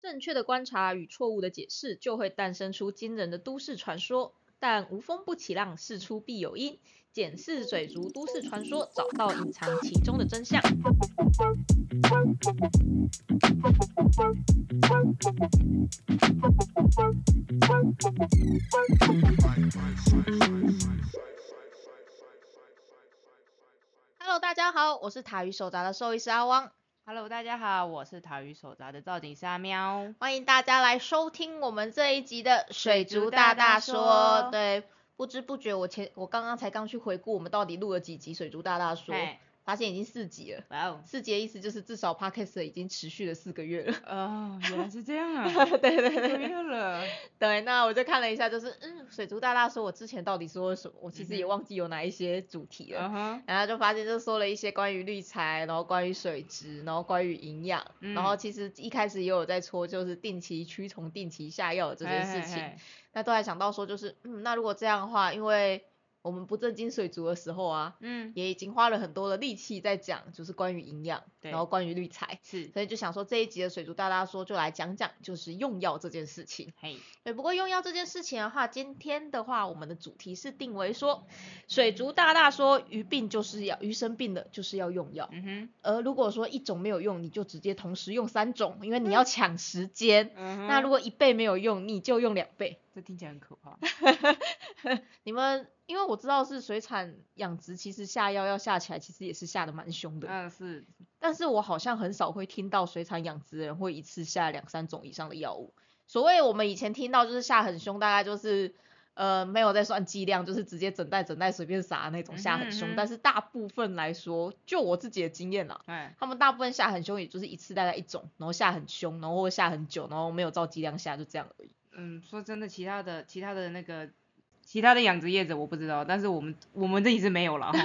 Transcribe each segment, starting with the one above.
正确的观察与错误的解释，就会诞生出惊人的都市传说。但无风不起浪，事出必有因。检视水族都市传说，找到隐藏其中的真相。Hello， 大家好，我是塔鱼手札的兽医师阿汪。 Hello， 大家好，我是塔鱼手札的造景师阿喵， 欢迎大家来收听我们这一集的水族大大说。对，不知不觉我刚刚才去回顾我们到底录了几集水族大大说，发现已经4集了。 哇哦 ，4集的意思就是至少 Podcast 已经持续了4个月了。 哦，原来是这样啊。 对对对 4个月了。 对，那我就看了一下，就是水族大大说我之前到底说了什么，我其实也忘记有哪一些主题了。然后就发现就说了一些关于滤材，然后关于水质，然后关于营养，然后其实一开始也有在说就是定期驱虫、定期下药的这件事情。那都还想到说就是那如果这样的话，因为我们不正经水族的时候啊，也已经花了很多的力气在讲，就是关于营养，然后关于滤材，所以就想说这一集的水族大大说就来讲讲就是用药这件事情。对，不过用药这件事情的话，今天的话我们的主题是定为说，水族大大说鱼生病了就是要用药，而如果说一种没有用，你就直接同时用3种，因为你要抢时间。那如果1倍没有用，你就用2倍。 这听起来很可怕。 你们因为我知道是水产养殖，其实下药要下起来，其实也是下的蛮凶的。 是。 但是我好像很少会听到水产养殖人会一次下2-3种以上的药物。所谓我们以前听到就是下很凶，大概就是没有在算剂量，就是直接整袋随便撒那种下很凶。但是大部分来说，就我自己的经验啦，他们大部分下很凶，也就是一次大概1种，然后下很凶，然后或下很久，然后没有照剂量下，就这样而已。 说真的，其他的养殖业者我不知道，但是我们这里是没有了。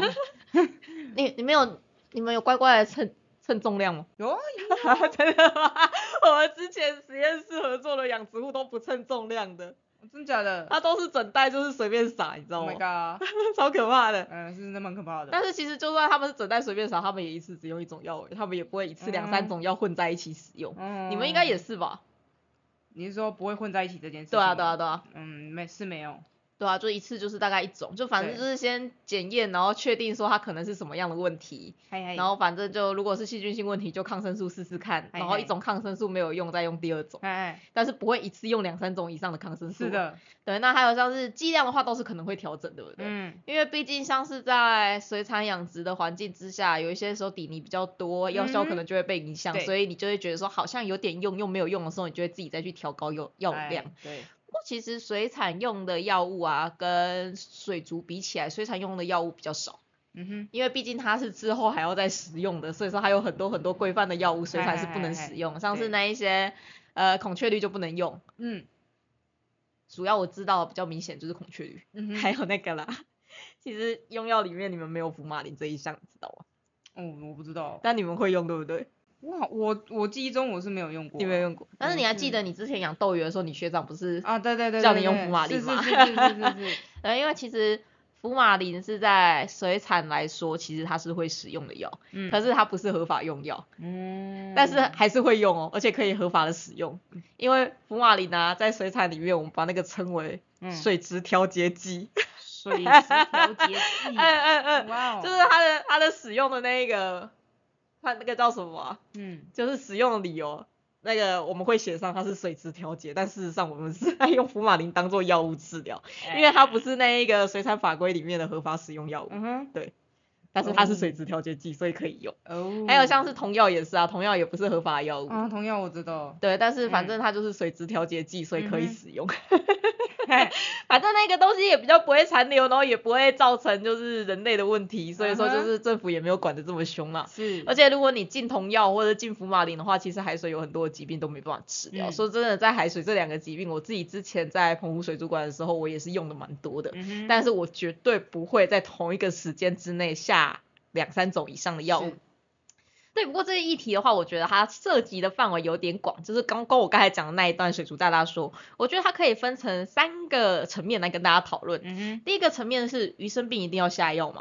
你们有乖乖的称重量吗？ 有啊。 真的吗？我们之前实验室合作的养殖户都不称重量的。 真假的？ 他都是整袋就是随便撒，你知道吗？ Oh my god 超可怕的。 是真的蛮可怕的。 但是其实就算他们是整袋随便撒，他们也一次只用1种药，他们也不会一次2-3种药混在一起使用。你们应该也是吧？ 你是说不会混在一起这件事情？ 对啊。 没有。 对啊，就一次就是大概1种，就反正就是先检验，然后确定说它可能是什么样的问题，然后反正就如果是细菌性问题，就抗生素试试看，然后1种抗生素没有用，再用第2种，但是不会一次用2-3种以上的抗生素。 是的。 对，那还有像是剂量的话，都是可能会调整，对不对？因为毕竟像是在水产养殖的环境之下，有一些时候底泥比较多，药效可能就会被影响，所以你就会觉得说好像有点用又没有用的时候，你就会自己再去调高药量。 对。 不过其实水产用的药物啊，跟水族比起来，水产用的药物比较少。因为毕竟它是之后还要再使用的，所以说它有很多很多规范的药物，水产是不能使用，像是那一些孔雀绿就不能用。主要我知道比较明显就是孔雀绿，还有那个啦。其实用药里面你们没有福马林这一项，知道吗？ 我不知道。 但你们会用对不对？ 哇，我记忆中我是没有用过。 你没有用过，但是你还记得你之前养斗鱼的时候，你学长不是对叫你用福马林吗？ 是。 因为其实福马林是在水产来说，其实它是会使用的药，可是它不是合法用药。但是还是会用哦，而且可以合法的使用。因为福马林啊，在水产里面我们把那个称为水质调节剂。 水质调节剂。 哇哦，就是它的使用的那个。它那个叫什么啊？就是使用的理由，那个我们会写上它是水质调节，但事实上我们是在用福马林当做药物治疗，因为它不是那一个水产法规里面的合法使用药物。对。但是它是水质调节剂，所以可以用。还有像是童药也是啊，童药也不是合法的药物。 童药我知道。 对，但是反正它就是水质调节剂，所以可以使用。反正那个东西也比较不会残留，然后也不会造成就是人类的问题，所以说就是政府也没有管得这么凶啦。 是。 而且如果你进童药或者进福马林的话，其实海水有很多的疾病都没办法治疗。说真的，在海水这2个疾病，我自己之前在澎湖水族馆的时候，我也是用的蛮多的。但是我绝对不会在同一个时间之内下2-3种以上的药物。对，不过这个议题的话，我觉得它涉及的范围有点广，就是跟我刚才讲的那一段水族大大说，我觉得它可以分成3个层面来跟大家讨论。第一个层面是鱼生病一定要下药吗？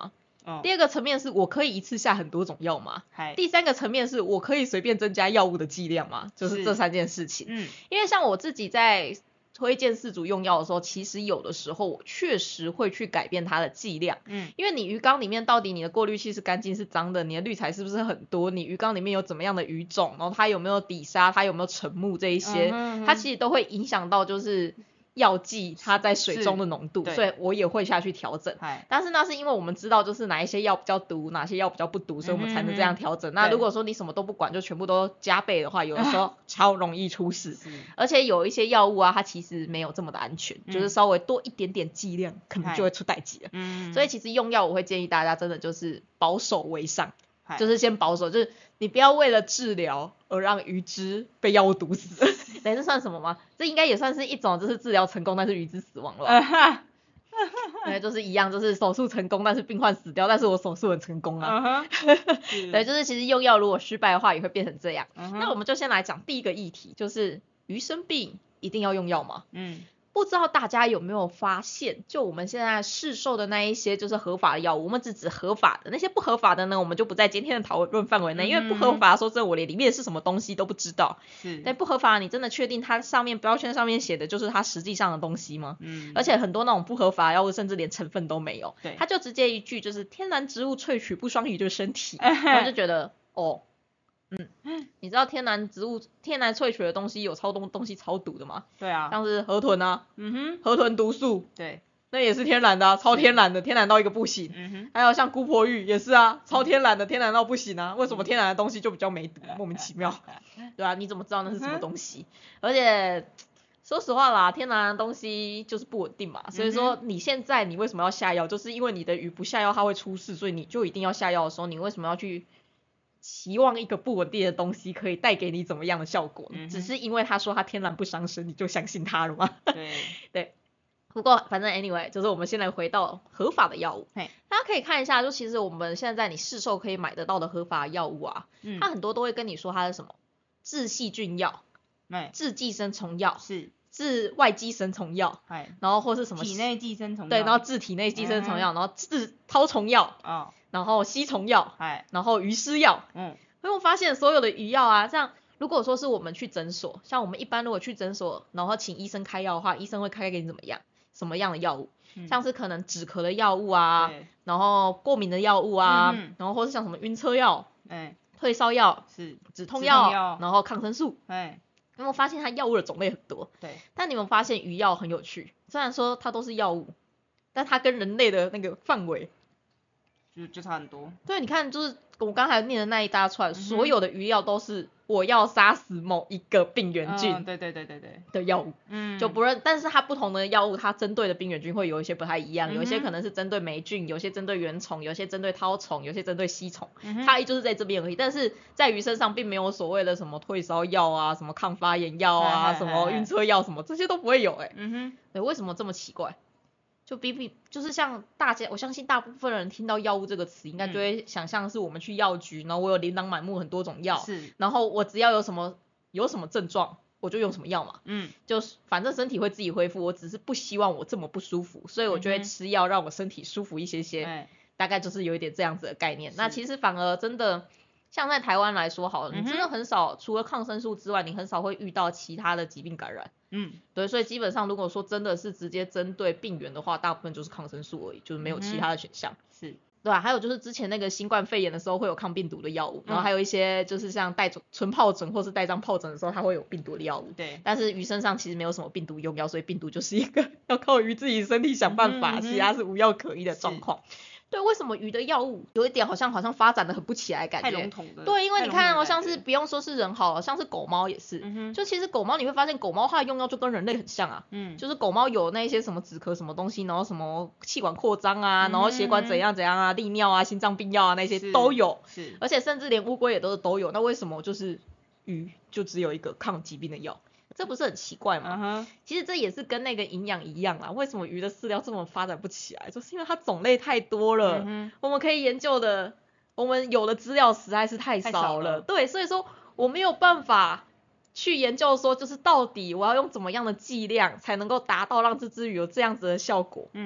第二个层面是我可以一次下很多种药吗？第三个层面是我可以随便增加药物的剂量吗？就是这3件事情。因为像我自己在推荐饲主用药的时候，其实有的时候我确实会去改变它的剂量。因为你鱼缸里面到底你的过滤器是干净是脏的，你的滤材是不是很多，你鱼缸里面有怎么样的鱼种，然后它有没有底沙，它有没有沉木这一些，它其实都会影响到就是药剂它在水中的浓度，所以我也会下去调整。但是那是因为我们知道就是哪一些药比较毒，哪些药比较不毒，所以我们才能这样调整。那如果说你什么都不管，就全部都加倍的话，有的时候超容易出事。而且有一些药物啊，它其实没有这么的安全，就是稍微多一点点剂量，可能就会出代誌了。所以其实用药我会建议大家真的就是保守为上。就是先保守，就是你不要为了治疗而让鱼只被药物毒死。这算什么吗？这应该也算是一种就是治疗成功但是鱼只死亡了吧。对，就是一样，就是手术成功但是病患死掉，但是我手术很成功啊。对，就是其实用药如果失败的话也会变成这样。那我们就先来讲第一个议题，就是鱼生病一定要用药吗？不知道大家有没有发现，就我们现在市售的那一些就是合法的药物，我们只指合法的，那些不合法的呢，我们就不在今天的讨论范围内，因为不合法说真的我连里面是什么东西都不知道。对，不合法你真的确定它上面标签上面写的就是它实际上的东西吗？而且很多那种不合法药物甚至连成分都没有，它就直接一句就是天然植物萃取不伤鱼的身体，然后就觉得你知道天然萃取的东西有超多东西超毒的吗？对啊，像是河豚啊，河豚毒素，对，那也是天然的啊，超天然的，天然到一个不行。还有像姑婆芋也是啊，超天然的，天然到不行啊。为什么天然的东西就比较没毒？莫名其妙。对啊，你怎么知道那是什么东西？而且说实话啦，天然的东西就是不稳定嘛，所以说你现在你为什么要下药？就是因为你的鱼不下药它会出事，所以你就一定要下药的时候，你为什么要去期望一个不稳定的东西可以带给你怎么样的效果？只是因为他说他天然不伤身，你就相信他了吗？对。不过反正 anyway， 就是我们先来回到合法的药物。大家可以看一下，就其实我们现在你市售可以买得到的合法药物啊，它很多都会跟你说它是什么治细菌药、治寄生虫药、治外寄生虫药，然后或是什么体内寄生虫药， 对，然后治体内寄生虫药，然后治绦虫药，然后吸虫药，然后鱼虱药。所以我发现所有的鱼药啊，像如果说是我们去诊所，像我们一般如果去诊所，然后请医生开药的话，医生会开给你什么样的药物？像是可能止咳的药物啊，然后过敏的药物啊，然后或是像什么晕车药、退烧药、止痛药，然后抗生素。因为我发现它药物的种类很多，但你们发现鱼药很有趣，虽然说它都是药物，但它跟人类的那个范围就差很多。 对，你看就是我刚才念的那一大串，所有的鱼药都是我要杀死某一个病原菌的药物，就不论，但是它不同的药物它针对的病原菌会有一些不太一样，有一些可能是针对霉菌，有些针对原虫，有些针对绦虫，有些针对吸虫，差异就是在这边而已。但是在鱼身上并没有所谓的什么退烧药啊，什么抗发炎药啊，什么晕车药什么，这些都不会有对，为什么这么奇怪？就是像我相信大部分人听到药物这个词，应该就会想象是我们去药局，然后我有琳琅满目很多种药，然后我只要有什么症状，我就用什么药嘛，就是反正身体会自己恢复，我只是不希望我这么不舒服，所以我就会吃药让我身体舒服一些，大概就是有一点这样子的概念。那其实反而真的像在台湾来说好了，你真的很少，除了抗生素之外，你很少会遇到其他的疾病感染。对，所以基本上如果说真的是直接针对病原的话，大部分就是抗生素而已，就是没有其他的选项。对啊，还有就是之前那个新冠肺炎的时候会有抗病毒的药物，然后还有一些就是像纯疱疹或是带状疱疹的时候，它会有病毒的药物。但是鱼身上其实没有什么病毒用药，所以病毒就是一个要靠鱼自己身体想办法，其他是无药可医的状况。对，为什么鱼的药物有一点好像发展的很不起来感觉？ 太笼统的。 对，因为你看像是不用说是人好了，像是狗猫也是，就其实狗猫你会发现狗猫它的用药就跟人类很像啊，就是狗猫有那些什么止咳什么东西，然后什么气管扩张啊，然后血管怎样啊，利尿啊，心脏病药啊那些都有，而且甚至连乌龟也都有，那为什么就是鱼就只有一个抗疾病的药？这不是很奇怪吗？其实这也是跟那个营养一样啦，为什么鱼的饲料这么发展不起来，就是因为它种类太多了，我们可以研究的，我们有的资料实在是太少了。对，所以说我没有办法去研究说就是到底我要用怎么样的剂量才能够达到让这只鱼有这样子的效果，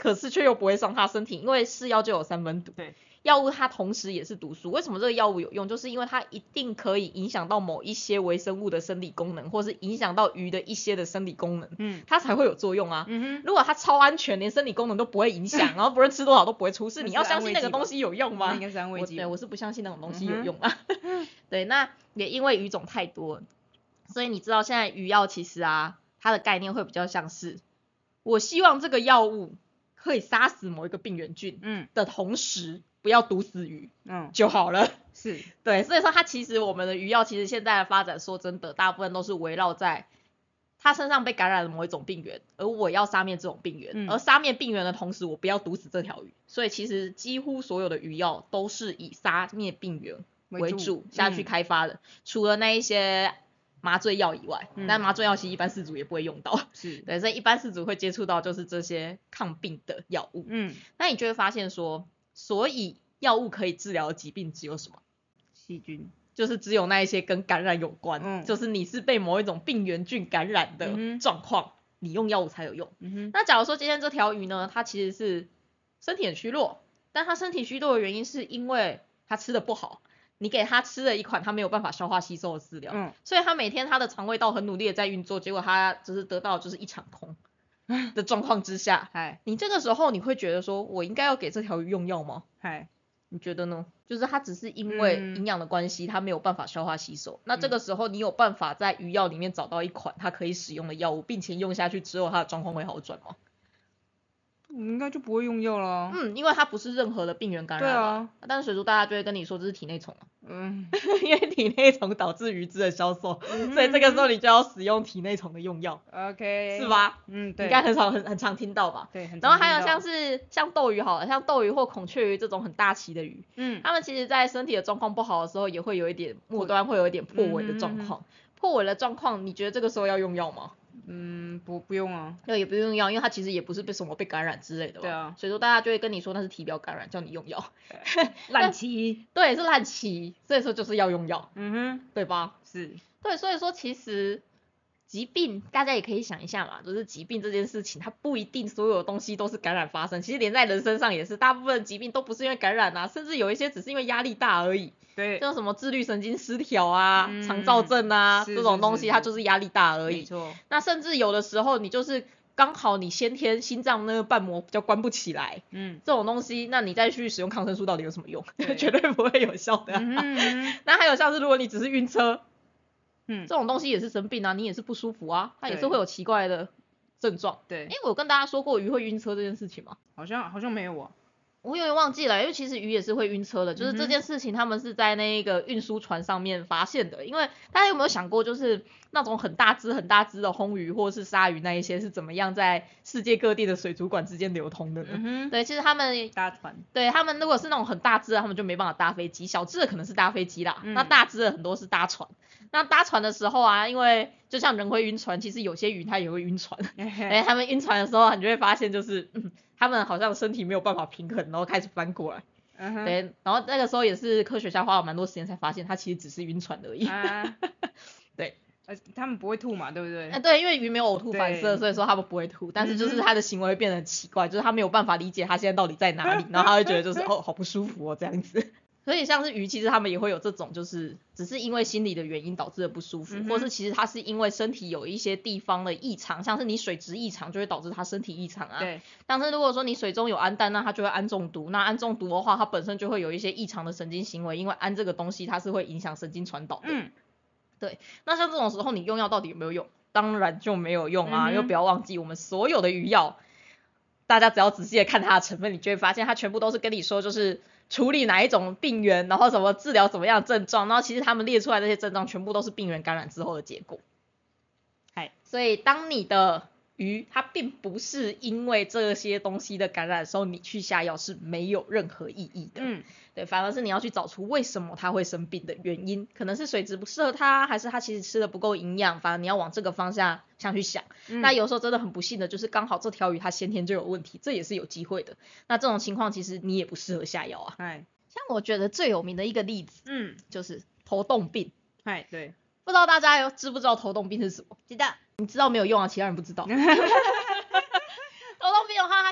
可是却又不会伤他身体，因为是药就有3分毒。 对。 药物它同时也是毒素，为什么这个药物有用？就是因为它一定可以影响到某一些微生物的生理功能，或是影响到鱼的一些的生理功能，它才会有作用啊。如果它超安全，连生理功能都不会影响，然后不论吃多少都不会出事，你要相信那个东西有用吗？ 应该是安慰剂。 对，我是不相信那种东西有用啊。对，那也因为鱼种太多，所以你知道现在鱼药其实啊，它的概念会比较像是，我希望这个药物可以杀死某一个病原菌的同时，不要毒死鱼就好了。 是。 对，所以说它其实我们的鱼药其实现在的发展，说真的，大部分都是围绕在它身上被感染了某一种病原，而我要杀灭这种病原，而杀灭病原的同时，我不要毒死这条鱼。所以其实几乎所有的鱼药都是以杀灭病原为主下去开发的，除了那一些麻醉药以外，但麻醉药其实一般饲主也不会用到。 是。 对，所以一般饲主会接触到就是这些抗病的药物。那你就会发现说，所以药物可以治疗的疾病只有什么？ 细菌。 就是只有那一些跟感染有关，就是你是被某一种病原菌感染的状况，你用药物才有用。那假如说今天这条鱼呢，它其实是身体很虚弱，但它身体虚弱的原因是因为它吃的不好，你给它吃了一款它没有办法消化吸收的饲料，所以它每天它的肠胃道很努力的在运作，结果它就是得到就是一场空的状况之下，你这个时候你会觉得说，我应该要给这条鱼用药吗？你觉得呢？就是它只是因为营养的关系，它没有办法消化吸收。那这个时候你有办法在鱼药里面找到一款它可以使用的药物，并且用下去之后它的状况会好转吗？ 应该就不会用药了。 因为它不是任何的病原感染嘛。但是水族大家就会跟你说这是体内虫因为体内虫导致鱼只的消瘦，所以这个时候你就要使用体内虫的用药。 OK。 是吧？ 对。 应该很常听到吧？ 对，很常听到。然后还有像斗鱼好了，像斗鱼或孔雀鱼这种很大鳍的鱼，它们其实在身体的状况不好的时候，也会有一点末端会有一点破尾的状况。破尾的状况，你觉得这个时候要用药吗？ 不用啊。 对，也不用药，因为它其实也不是被什么被感染之类的吧。 对啊。 所以说大家就会跟你说那是体表感染，叫你用药。 烂鳍。 对，是烂鳍，所以说就是要用药。对吧？ 是。 对，所以说其实疾病大家也可以想一下嘛，就是疾病这件事情，它不一定所有的东西都是感染发生，其实连在人身上也是，大部分的疾病都不是因为感染啊，甚至有一些只是因为压力大而已。 对。 像什么自律神经失调啊、肠躁症啊这种东西，它就是压力大而已。 没错。 那甚至有的时候你就是刚好你先天心脏那个瓣膜比较关不起来，这种东西，那你再去使用抗生素到底有什么用？绝对不会有效的。那还有像是如果你只是晕车。这种东西也是生病啊，你也是不舒服啊，它也是会有奇怪的症状。 对。 我有跟大家说过鱼会晕车这件事情吗？ 好像没有啊。 我有点忘记了，因为其实鱼也是会晕车的，就是这件事情他们是在那个运输船上面发现的。因为大家有没有想过，就是那种很大只的红鱼或是鲨鱼那一些是怎么样在世界各地的水族馆之间流通的呢？对，其实他们搭船。 对，他们如果是那种很大只的，他们就没办法搭飞机，小只的可能是搭飞机啦，那大只的很多是搭船。那搭船的时候啊，因为就像人会晕船，其实有些鱼它也会晕船。他们晕船的时候，你就会发现就是他们好像身体没有办法平衡，然后开始翻过来。对，然后那个时候也是科学家花了蛮多时间才发现，它其实只是晕船而已。对。 他们不会吐嘛，对不对？ 对，因为鱼没有呕吐反射，所以说他们不会吐，但是就是他的行为会变得很奇怪，就是他没有办法理解他现在到底在哪里，然后他会觉得就是好不舒服这样子。所以像是鱼，其实他们也会有这种，就是只是因为心理的原因导致的不舒服，或是其实它是因为身体有一些地方的异常，像是你水质异常就会导致它身体异常啊。 对。 但是如果说你水中有氨氮，那它就会氨中毒，那氨中毒的话，它本身就会有一些异常的神经行为，因为氨这个东西它是会影响神经传导的。对。那像这种时候你用药到底有没有用？当然就没有用啊，因为不要忘记我们所有的鱼药，大家只要仔细的看它的成分，你就会发现它全部都是跟你说就是处理哪一种病原，然后什么治疗什么样的症状，然后其实他们列出来的这些症状全部都是病原感染之后的结果。所以当你的鱼它并不是因为这些东西的感染的时候，你去下药是没有任何意义的。对，反而是你要去找出为什么它会生病的原因，可能是水质不适合它，还是它其实吃的不够营养，反而你要往这个方向去想。那有时候真的很不幸的就是刚好这条鱼它先天就有问题，这也是有机会的。那这种情况其实你也不适合下药啊。像我觉得最有名的一个例子，就是头冻病。 对。 不知道大家知不知道头冻病是什么？ 知道。 你知道没有用啊，其他人不知道。头冻病的话，它其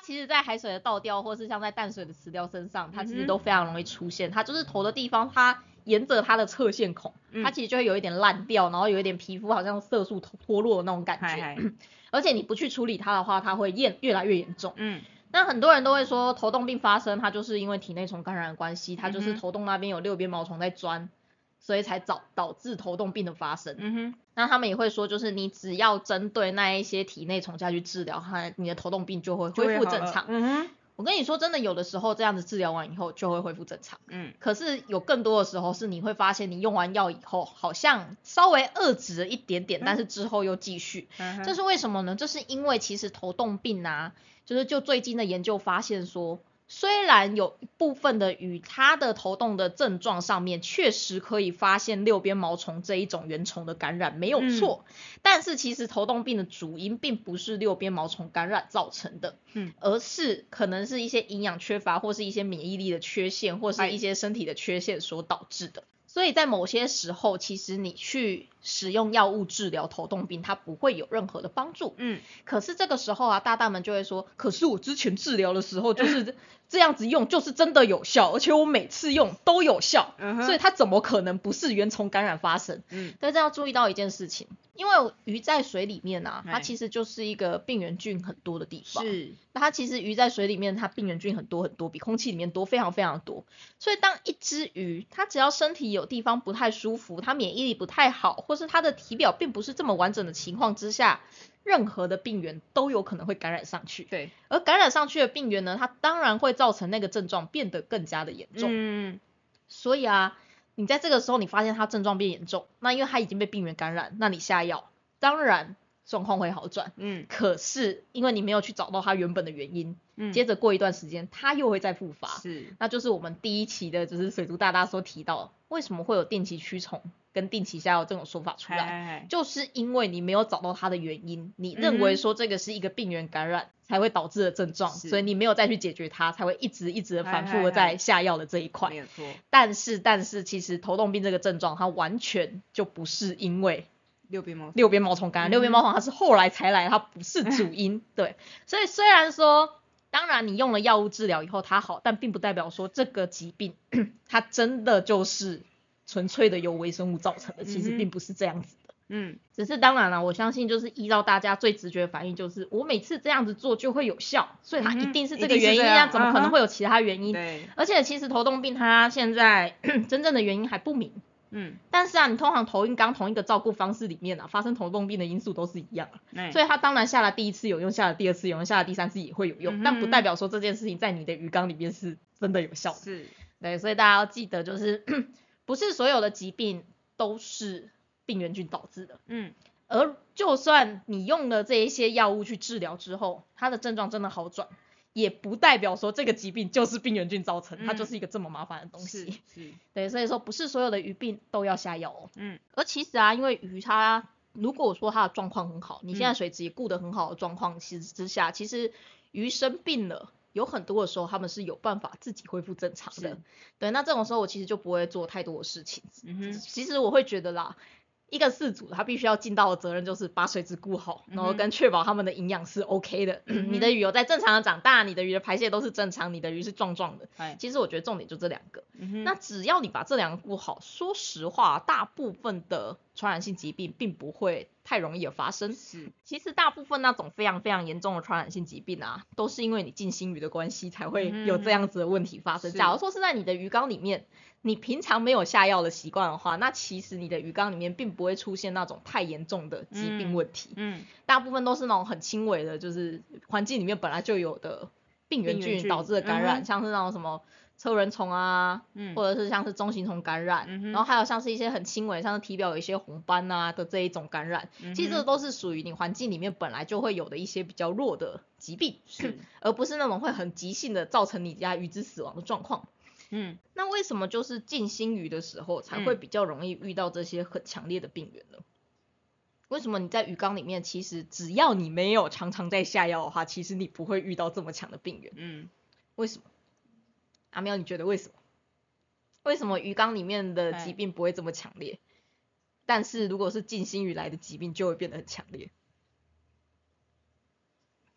其实在海水的倒吊或是像在淡水的磁疗身上，它其实都非常容易出现。它就是头的地方，它沿着它的侧线孔，它其实就会有一点烂掉，然后有一点皮肤好像色素脱落的那种感觉。而且你不去处理它的话，它会越来越严重。那很多人都会说头痛病发生，它就是因为体内虫感染的关系，它就是头痛那边有六边毛虫在钻，所以才导致头痛病的发生。那他们也会说，就是你只要针对那一些体内虫下去治疗，你的头痛病就会恢复正常。我跟你说，真的有的时候这样子治疗完以后就会恢复正常。可是有更多的时候是你会发现，你用完药以后好像稍微遏制了一点点，但是之后又继续。这是为什么呢？这是因为其实头痛病啊，就最近的研究发现说，虽然有一部分的鱼它的头痛的症状上面确实可以发现六边毛虫这一种原虫的感染没有错，但是其实头痛病的主因并不是六边毛虫感染造成的，而是可能是一些营养缺乏或是一些免疫力的缺陷或是一些身体的缺陷所导致的。所以在某些时候，其实你去使用药物治疗头痛病，它不会有任何的帮助。可是这个时候啊，大大们就会说，可是我之前治疗的时候就是这样子用，就是真的有效，而且我每次用都有效，所以它怎么可能不是原虫感染发生？但是要注意到一件事情，因为鱼在水里面啊，它其实就是一个病原菌很多的地方。那它其实鱼在水里面，它病原菌很多，比空气里面多非常非常多。所以当一只鱼，它只要身体有地方不太舒服，它免疫力不太好，或是它的体表并不是这么完整的情况之下，任何的病原都有可能会感染上去。 对， 而感染上去的病原呢，它当然会造成那个症状变得更加的严重。所以啊，你在这个时候你发现它症状变严重，那因为它已经被病原感染，那你下药，当然状况会好转。可是因为你没有去找到它原本的原因，接着过一段时间它又会再复发。那就是我们第一期的就是水族大大所提到，为什么会有定期驱虫跟定期下药这种说法出来，就是因为你没有找到它的原因，你认为说这个是一个病原感染才会导致的症状，所以你没有再去解决它，才会一直的反复的在下药的这一块。 没有错。但是其实头痛病这个症状它完全就不是因为六边毛虫感染，六边毛虫它是后来才来，它不是主因。对，所以虽然说当然你用了药物治疗以后它好，但并不代表说这个疾病它真的就是纯粹的由微生物造成的，其实并不是这样子的。只是当然了，我相信就是依照大家最直觉的反应，就是我每次这样子做就会有效，所以它一定是这个原因啊，怎么可能会有其他原因？而且其实头痛病它现在真正的原因还不明。但是啊，你通常同一个照顾方式里面啊，发生头痛病的因素都是一样所以它当然下了第一次有用，下了第二次有用，下了第三次也会有用，但不代表说这件事情在你的鱼缸里面是真的有效的。对，所以大家要记得就是不是所有的疾病都是病原菌导致的。而就算你用了这一些药物去治疗之后，它的症状真的好转，也不代表说这个疾病就是病原菌造成，它就是一个这么麻烦的东西。对，所以说不是所有的鱼病都要下药哦。而其实啊，因为鱼它如果说它的状况很好，你现在水质也顾得很好的状况之下，其实鱼生病了，有很多的时候他们是有办法自己恢复正常的。对，那这种时候我其实就不会做太多的事情。其实我会觉得啦，一个饲主他必须要尽到的责任就是把水质顾好，然后跟确保他们的营养是 OK 的。你的鱼有在正常的长大，你的鱼的排泄都是正常，你的鱼是壮壮的。其实我觉得重点就这两个。那只要你把这两个顾好，说实话，大部分的传染性疾病并不会太容易的发生。其实大部分那种非常非常严重的传染性疾病啊，都是因为你进新鱼的关系才会有这样子的问题发生。假如说是在你的鱼缸里面，你平常没有下药的习惯的话，那其实你的鱼缸里面并不会出现那种太严重的疾病问题。大部分都是那种很轻微的，就是环境里面本来就有的病原菌导致的感染，像是那种什么车轮虫啊，或者是像是中型虫感染，然后还有像是一些很轻微，像是体表有一些红斑啊的这一种感染，其实这都是属于你环境里面本来就会有的一些比较弱的疾病，而不是那种会很急性的造成你家鱼只死亡的状况。那为什么就是进新鱼的时候才会比较容易遇到这些很强烈的病原呢？为什么你在鱼缸里面，其实只要你没有常常在下药的话，其实你不会遇到这么强的病原？为什么？阿喵，你觉得为什么？为什么鱼缸里面的疾病不会这么强烈，但是如果是进新鱼来的疾病就会变得很强烈？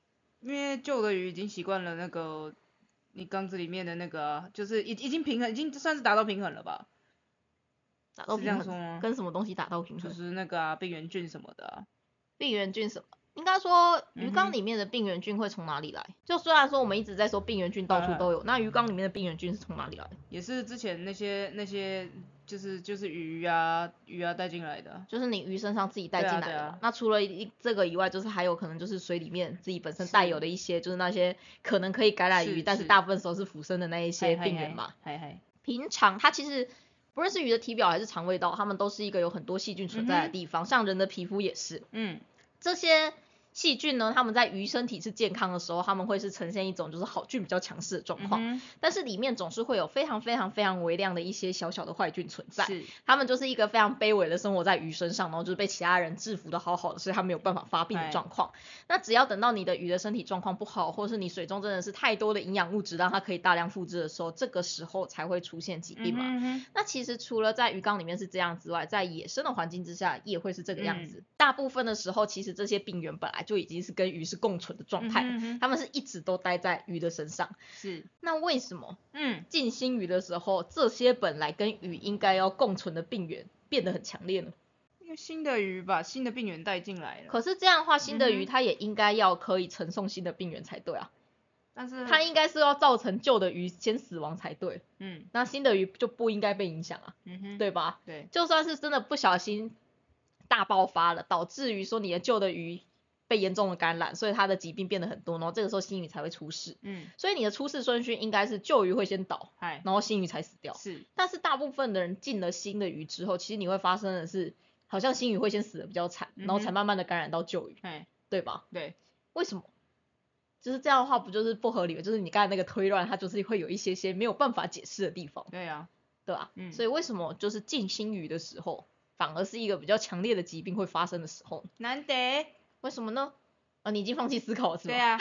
因为旧的鱼已经习惯了那个你缸子里面的那个就是已经平衡，已经算是达到平衡了吧？ 达到平衡，跟什么东西达到平衡？ 就是那个病原菌什么的。 病原菌什么？应该说鱼缸里面的病原菌会从哪里来？就虽然说我们一直在说病原菌到处都有，那鱼缸里面的病原菌是从哪里来？ 也是之前那些就是鱼啊带进来的， 就是你鱼身上自己带进来的嘛。那除了这个以外，就是还有可能就是水里面自己本身带有的一些，就是那些可能可以感染鱼，但是大部分时候是腐生的那一些病原嘛。平常它其实不论是鱼的体表还是肠胃道，它们都是一个有很多细菌存在的地方，像人的皮肤也是。这些细菌呢，它们在鱼身体是健康的时候，它们会是呈现一种就是好菌比较强势的状况，但是里面总是会有非常非常非常微量的一些小小的坏菌存在，它们就是一个非常卑微的生活在鱼身上，然后就是被其他人制服的好好的，所以它没有办法发病的状况。那只要等到你的鱼的身体状况不好，或是你水中真的是太多的营养物质让它可以大量复制的时候，这个时候才会出现疾病嘛。那其实除了在鱼缸里面是这样之外，在野生的环境之下也会是这个样子。大部分的时候，其实这些病原本来就已经是跟鱼是共存的状态，它们是一直都待在鱼的身上。 是。 那为什么进新鱼的时候，这些本来跟鱼应该要共存的病原变得很强烈呢？ 因为新的鱼把新的病原带进来了。 可是这样的话，新的鱼它也应该要可以承受新的病原才对啊。 但是它应该是要造成旧的鱼先死亡才对。那新的鱼就不应该被影响啊。对吧？ 对。 就算是真的不小心大爆发了，导致于说你的旧的鱼被严重的感染，所以它的疾病变得很多，然后这个时候新鱼才会出事。所以你的出事顺序应该是旧鱼会先倒，然后新鱼才死掉。 是。 但是大部分的人进了新的鱼之后，其实你会发生的是，好像新鱼会先死的比较惨，然后才慢慢的感染到旧鱼，对吧？ 对。 为什么？就是这样的话不就是不合理的？就是你刚才那个推断，它就是会有一些没有办法解释的地方。 对啊。 对吧？所以为什么就是进新鱼的时候，反而是一个比较强烈的疾病会发生的时候？ 难得。 为什么呢？你已经放弃思考了是吗？ 对啊。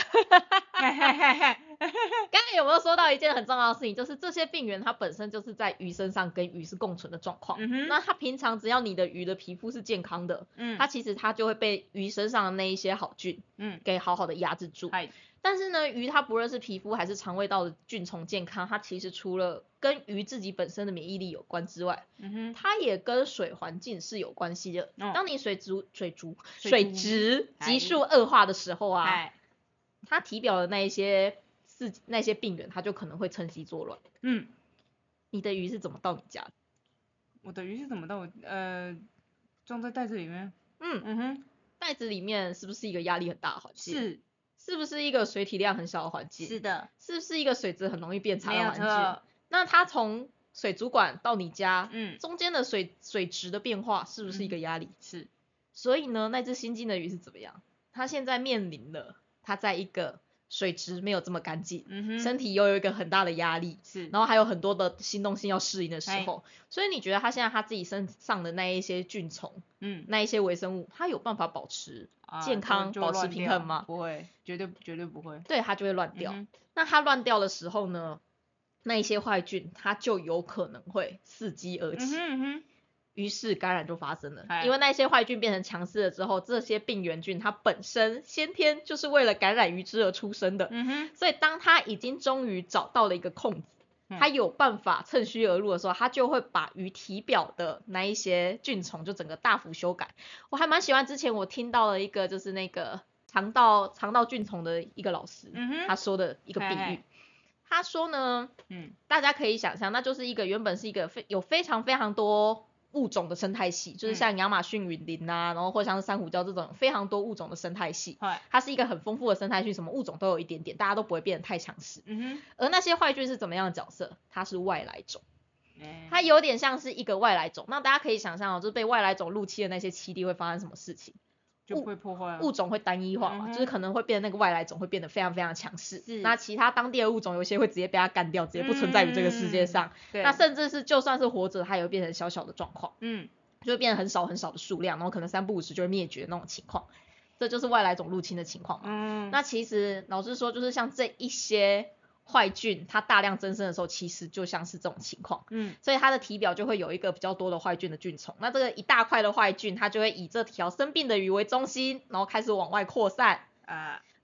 刚才有没有说到一件很重要的事情，就是这些病原它本身就是在鱼身上跟鱼是共存的状况。那它平常只要你的鱼的皮肤是健康的，它其实它就会被鱼身上的那一些好菌，给好好的压制住。但是呢，鱼它不论是皮肤还是肠胃道的菌虫健康，它其实除了跟鱼自己本身的免疫力有关之外，它也跟水环境是有关系的。当你水质急速恶化的时候啊，它体表的那些病原，它就可能会趁机作乱。你的鱼是怎么到你家的？ 我的鱼是怎么到装在袋子里面。 袋子里面是不是一个压力很大的环境？是不是一个水体量很小的环境？ 是的。 是不是一个水质很容易变差的环境？那它从水族馆到你家，中间的水质的变化是不是一个压力？ 是。 所以呢，那只新进的鱼是怎么样？它现在面临了它在一个水质没有这么干净，身体又有一个很大的压力，然后还有很多的新东西要适应的时候，所以你觉得它现在它自己身上的那一些菌虫，那一些微生物，它有办法保持健康，保持平衡吗？ 不会，绝对不会。 对，它就会乱掉。那它乱掉的时候呢，那一些坏菌它就有可能会伺机而起。于是感染就发生了，因为那些坏菌变成强势了之后，这些病原菌它本身先天就是为了感染鱼只而出生的，所以当它已经终于找到了一个空子，它有办法趁虚而入的时候，它就会把鱼体表的那一些菌虫就整个大幅修改。我还蛮喜欢之前我听到了一个就是那个肠道菌虫的一个老师，他说的一个比喻。他说呢，大家可以想象，那就是一个原本是一个有非常非常多物种的生态系，就是像亚马逊雨林啊，然后或像是珊瑚礁这种非常多物种的生态系，它是一个很丰富的生态系，什么物种都有一点点，大家都不会变得太强势。而那些坏菌是怎么样的角色？它是外来种，它有点像是一个外来种。那大家可以想象就是被外来种入侵的那些栖地会发生什么事情？ 就会破坏物种会单一化嘛，就是可能会变得那个外来种会变得非常非常强势，那其他当地的物种有些会直接被它干掉，直接不存在于这个世界上，那甚至是就算是活着它也会变成小小的状况，就会变成很少很少的数量，然后可能3不5时就会灭绝那种情况，这就是外来种入侵的情况嘛。那其实老实说就是像这一些坏菌它大量增生的时候，其实就像是这种情况，所以它的体表就会有一个比较多的坏菌的菌虫，那这个一大块的坏菌它就会以这条生病的鱼为中心，然后开始往外扩散，然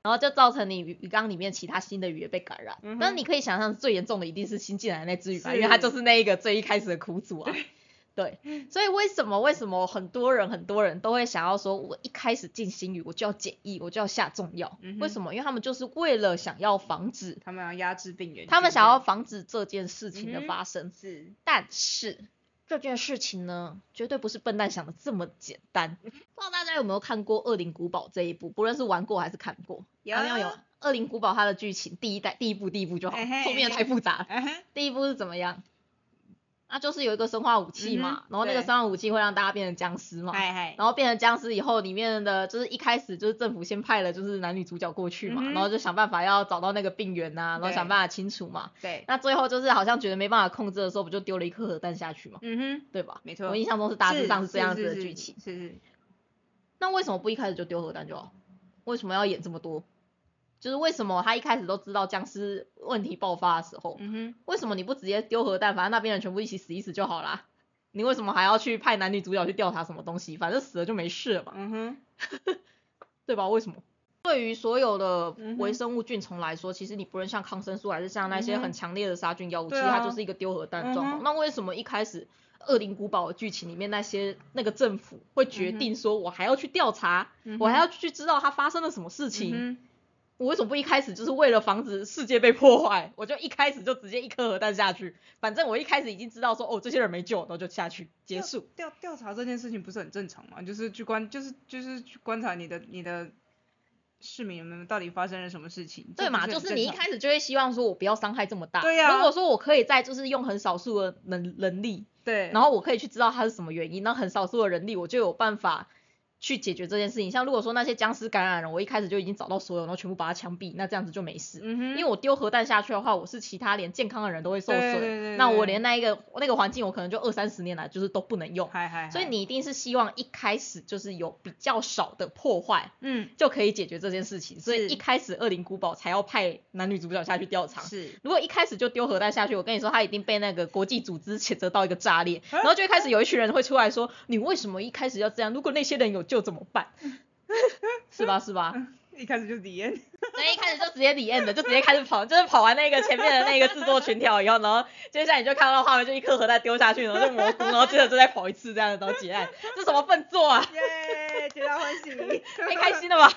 然后就造成你鱼缸里面其他新的鱼也被感染。但是你可以想象最严重的一定是新进来的那只鱼吧，因为它就是那一个最一开始的苦主啊。对，所以为什么很多人都会想要说，我一开始进新鱼我就要检疫，我就要下重药。为什么？因为他们就是为了想要防止， 他们要压制病原， 他们想要防止这件事情的发生。 是， 但是这件事情呢，绝对不是笨蛋想的这么简单。不知道大家有没有看过《恶灵古堡》这一部，不论是玩过还是看过。有。《恶灵古堡》它的剧情第一部就好，后面太复杂了。第一部是怎么样？那就是有一个生化武器嘛，然后那个生化武器会让大家变成僵尸嘛，然后变成僵尸以后，里面的就是一开始就是政府先派了就是男女主角过去嘛，然后就想办法要找到那个病源啊，然后想办法清除嘛。对。那最后就是好像觉得没办法控制的时候，不就丢了一颗核弹下去嘛？对吧？ 没错。 我印象中是大致上是这样子的剧情。 是。 那为什么不一开始就丢核弹就好？为什么要演这么多？就是为什么他一开始都知道僵尸问题爆发的时候，为什么你不直接丢核弹，反正那边人全部一起死一死就好啦？你为什么还要去派男女主角去调查什么东西？反正死了就没事了嘛。对吧？为什么？对于所有的微生物菌虫来说，其实你不论像抗生素还是像那些很强烈的杀菌药物，其实它就是一个丢核弹的状况。那为什么一开始恶灵古堡的剧情里面那个政府会决定说，我还要去调查，我还要去知道它发生了什么事情？我为什么不一开始就是为了防止世界被破坏，我就一开始就直接一颗核弹下去？反正我一开始已经知道说，哦，这些人没救，然后就下去结束。 调查这件事情不是很正常吗？就是去观察你的市民们到底发生了什么事情。 对嘛，就是你一开始就会希望说我不要伤害这么大。 对呀。 如果说我可以在就是用很少数的能力，对，然后我可以去知道它是什么原因，然后很少数的人力我就有办法去解决这件事情。像如果说那些僵尸感染人，我一开始就已经找到所有，然后全部把它枪毙，那这样子就没事。因为我丢核弹下去的话，我是其他连健康的人都会受损，那我连那个环境我可能就20-30年来就是都不能用。所以你一定是希望一开始就是有比较少的破坏，就可以解决这件事情。所以一开始恶灵古堡才要派男女主角下去调查。如果一开始就丢核弹下去，我跟你说他一定被那个国际组织谴责到一个炸裂，然后就一开始有一群人会出来说，你为什么一开始要这样？如果那些人有救怎么办？是吧？ 一开始就the end。 对，一开始就直接the end的，就直接开始跑，就是跑完那个前面的那个制作群条以后，然后接下来你就看到画面就一颗核弹丢下去，然后就蘑菇，然后接着就再跑一次这样，然后结案。这什么笨作啊？ 耶，皆大欢喜， 太开心了吧？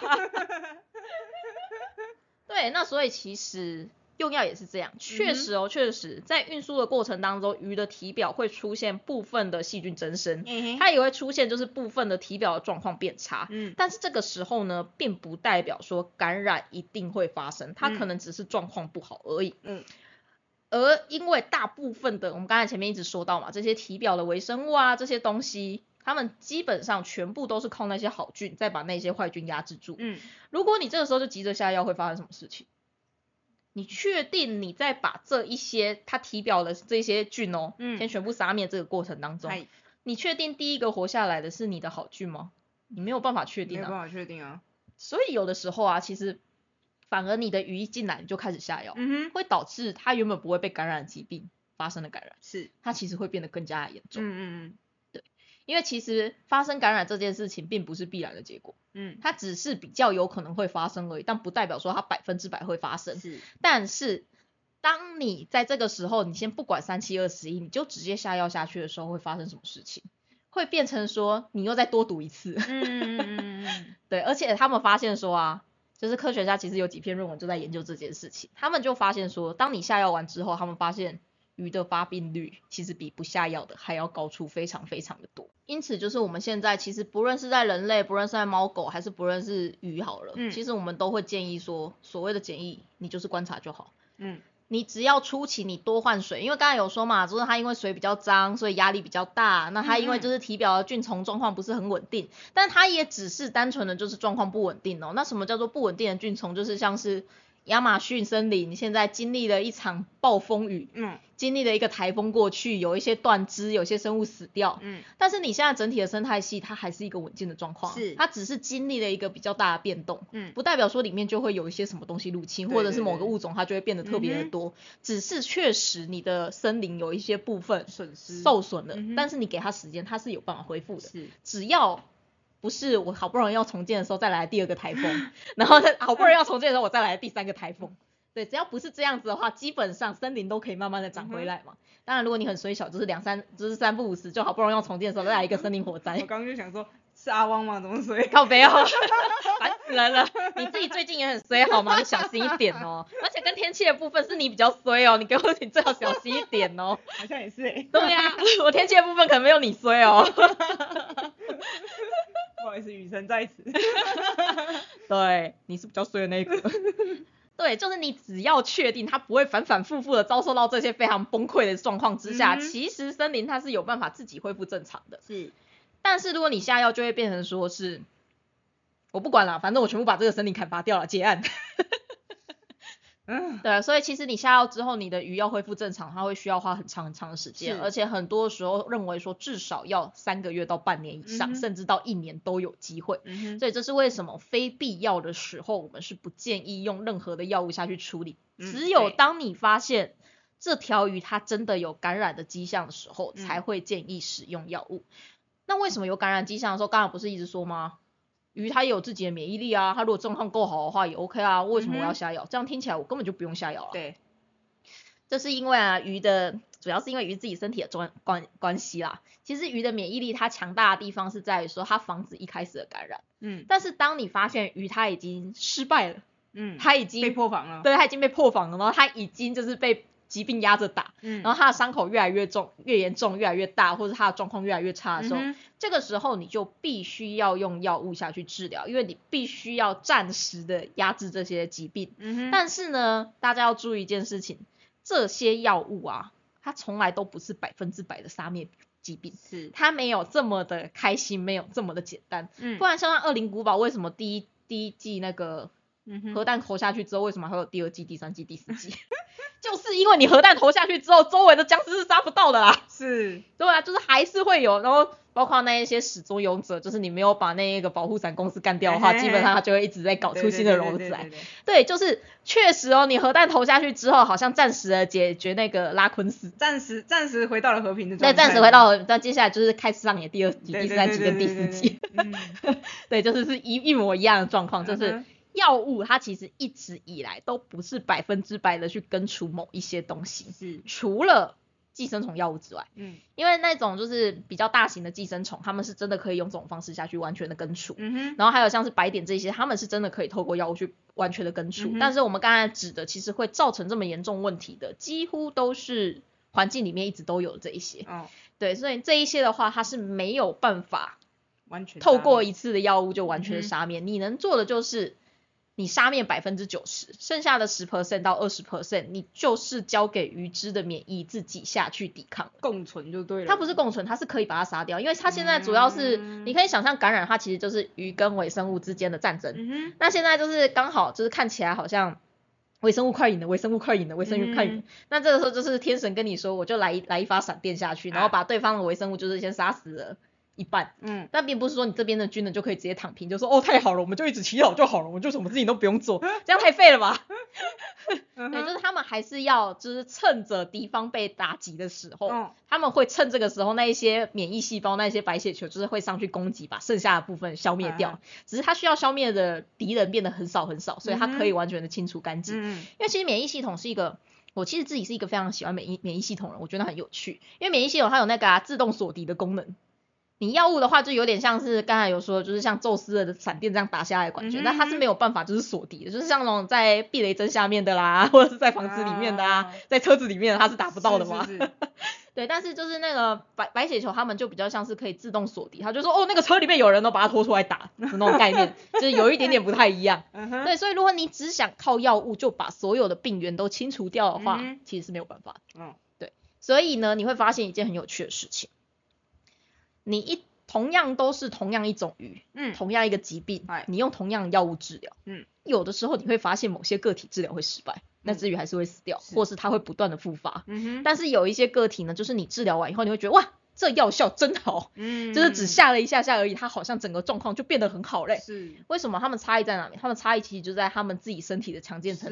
对，那所以其实用药也是这样，确实在运输的过程当中，鱼的体表会出现部分的细菌增生，它也会出现就是部分的体表的状况变差，但是这个时候呢，并不代表说感染一定会发生，它可能只是状况不好而已。而因为大部分的我们刚才前面一直说到嘛，这些体表的微生物啊，这些东西他们基本上全部都是靠那些好菌再把那些坏菌压制住。如果你这个时候就急着下药，会发生什么事情？你确定你在把这一些它体表的这些菌先全部杀灭这个过程当中，你确定第一个活下来的是你的好菌吗？你没有办法确定啊。 没有办法确定啊。 所以有的时候啊，其实反而你的鱼一进来你就开始下药，会导致它原本不会被感染的疾病发生了感染，它其实会变得更加严重。对，因为其实发生感染这件事情并不是必然的结果，它只是比较有可能会发生而已，但不代表说它100%会发生。但是当你在这个时候，你先不管3721，你就直接下药下去的时候，会发生什么事情？会变成说你又再多赌一次。对，而且他们发现说啊，就是科学家其实有几篇论文就在研究这件事情，他们就发现说，当你下药完之后，他们发现鱼的发病率其实比不下药的还要高出非常非常的多。因此就是我们现在其实不论是在人类，不论是在猫狗，还是不论是鱼好了，其实我们都会建议说，所谓的检疫你就是观察就好。你只要初期你多换水，因为刚才有说嘛，就是它因为水比较脏，所以压力比较大，那它因为就是体表的菌虫状况不是很稳定，但它也只是单纯的就是状况不稳定哦。那什么叫做不稳定的菌虫？就是像是亚马逊森林现在经历了一场暴风雨，经历了一个台风过去，有一些断枝，有些生物死掉，但是你现在整体的生态系它还是一个稳健的状况，它只是经历了一个比较大的变动，不代表说里面就会有一些什么东西入侵，或者是某个物种它就会变得特别的多，只是确实你的森林有一些部分受损了，但是你给它时间它是有办法恢复的，只要不是我好不容易要重建的时候再来第2个台风，然后好不容易要重建的时候我再来第3个台风。对，只要不是这样子的话，基本上森林都可以慢慢的长回来嘛。当然如果你很衰小，就是就是3不5时，就好不容易要重建的时候再来一个森林火灾。 我刚刚就想说是阿汪吗？怎么衰？ 靠北哦，烦死人了！你自己最近也很衰好吗？你小心一点哦。而且跟天气的部分是你比较衰哦，你最好小心一点哦。 好像也是欸。 对啊，我天气的部分可能没有你衰哦。 不好意思，雨神在此。 对，你是比较衰的那一个。对，就是你只要确定它不会反反复复的遭受到这些非常崩溃的状况之下，其实森林它是有办法自己恢复正常的。 是。 但是如果你下药，就会变成说是，我不管了，反正我全部把这个森林砍伐掉了，结案。对，所以其实你下药之后，你的鱼要恢复正常，它会需要花很长很长的时间，而且很多时候认为说至少要3个月到半年以上，甚至到1年都有机会。所以这是为什么非必要的时候，我们是不建议用任何的药物下去处理。只有当你发现这条鱼它真的有感染的迹象的时候，才会建议使用药物。那为什么有感染迹象的时候，刚刚不是一直说吗？鱼它也有自己的免疫力啊，它如果状况够好的话也 OK 啊，为什么我要下药？这样听起来我根本就不用下药了。 对， 这是因为啊，主要是因为鱼自己身体的关系啦。其实鱼的免疫力它强大的地方是在于说它防止一开始的感染。但是当你发现鱼它已经失败了，它已经被破防了， 对，它已经被破防了，然后它已经就是被疾病压着打，然后它的伤口越来越重、越严重、越来越大，或者它的状况越来越差的时候，这个时候你就必须要用药物下去治疗，因为你必须要暂时的压制这些疾病。但是呢，大家要注意一件事情，这些药物啊，它从来都不是100%的杀灭疾病，它没有这么的开心，没有这么的简单。不然像恶灵古堡，为什么第一季那个核弹投下去之后，为什么还有第2季、第3季、第4季？就是因为你核弹投下去之后，周围的僵尸是杀不到的啦。 是， 对啊，就是还是会有，然后包括那一些始作俑者，就是你没有把那一个保护伞公司干掉的话，基本上他就会一直在搞出新的篓子来。对，就是确实哦，你核弹投下去之后，好像暂时的解决那个拉昆斯， 暂时回到了和平的状态。 对，暂时回到，但接下来就是开始上演第2集、第3集跟第4集。对，就是一模一样的状况，就是。药物它其实一直以来都不是100%的去根除某一些东西，除了寄生虫药物之外，因为那种就是比较大型的寄生虫，他们是真的可以用这种方式下去完全的根除，然后还有像是白点这些，他们是真的可以透过药物去完全的根除，但是我们刚才指的其实会造成这么严重问题的，几乎都是环境里面一直都有这一些，对，所以这一些的话，它是没有办法完全透过一次的药物就完全的杀灭，你能做的就是你杀灭90%，剩下的10% 到20%，你就是交给鱼只的免疫自己下去抵抗， 共存就对了。 它不是共存，它是可以把它杀掉，因为它现在主要是，你可以想象感染它其实就是鱼跟微生物之间的战争。那现在就是刚好就是看起来好像微生物快赢了，微生物快赢了，微生物快赢了。那这个时候就是天神跟你说，我就来一发闪电下去，然后把对方的微生物就是先杀死了一半，但并不是说你这边的军人就可以直接躺平，就说哦太好了，我们就一直祈祷就好了，我们就什么事情都不用做，这样太废了吧？对，就是他们还是要就是趁着敌方被打击的时候，他们会趁这个时候那一些免疫细胞、那一些白血球就是会上去攻击，把剩下的部分消灭掉。只是他需要消灭的敌人变得很少很少，所以他可以完全的清除干净。因为其实免疫系统是一个。我其实自己是一个非常喜欢免疫系统的人，我觉得很有趣，因为免疫系统它有那个自动锁敌的功能。你药物的话就有点像是刚才有说，就是像宙斯的闪电这样打下来的感觉，但它是没有办法就是锁敌的，就是像那种在避雷针下面的啦，或者是在房子里面的啊，在车子里面的它是打不到的嘛。对，但是就是那个白血球他们就比较像是可以自动锁敌，他就说哦那个车里面有人哦，把它拖出来打的那种概念，就是有一点点不太一样。对，所以如果你只想靠药物就把所有的病原都清除掉的话，其实是没有办法的。对，所以呢你会发现一件很有趣的事情。同样都是同样一种鱼，同样一个疾病，你用同样的药物治疗，有的时候你会发现某些个体治疗会失败，那只鱼还是会死掉，或是它会不断的复发。但是有一些个体呢，就是你治疗完以后，你会觉得哇，这药效真好，就是只下了一下而已，它好像整个状况就变得很好嘞。是为什么？他们差异在哪里？他们差异其实就在他们自己身体的强健程度。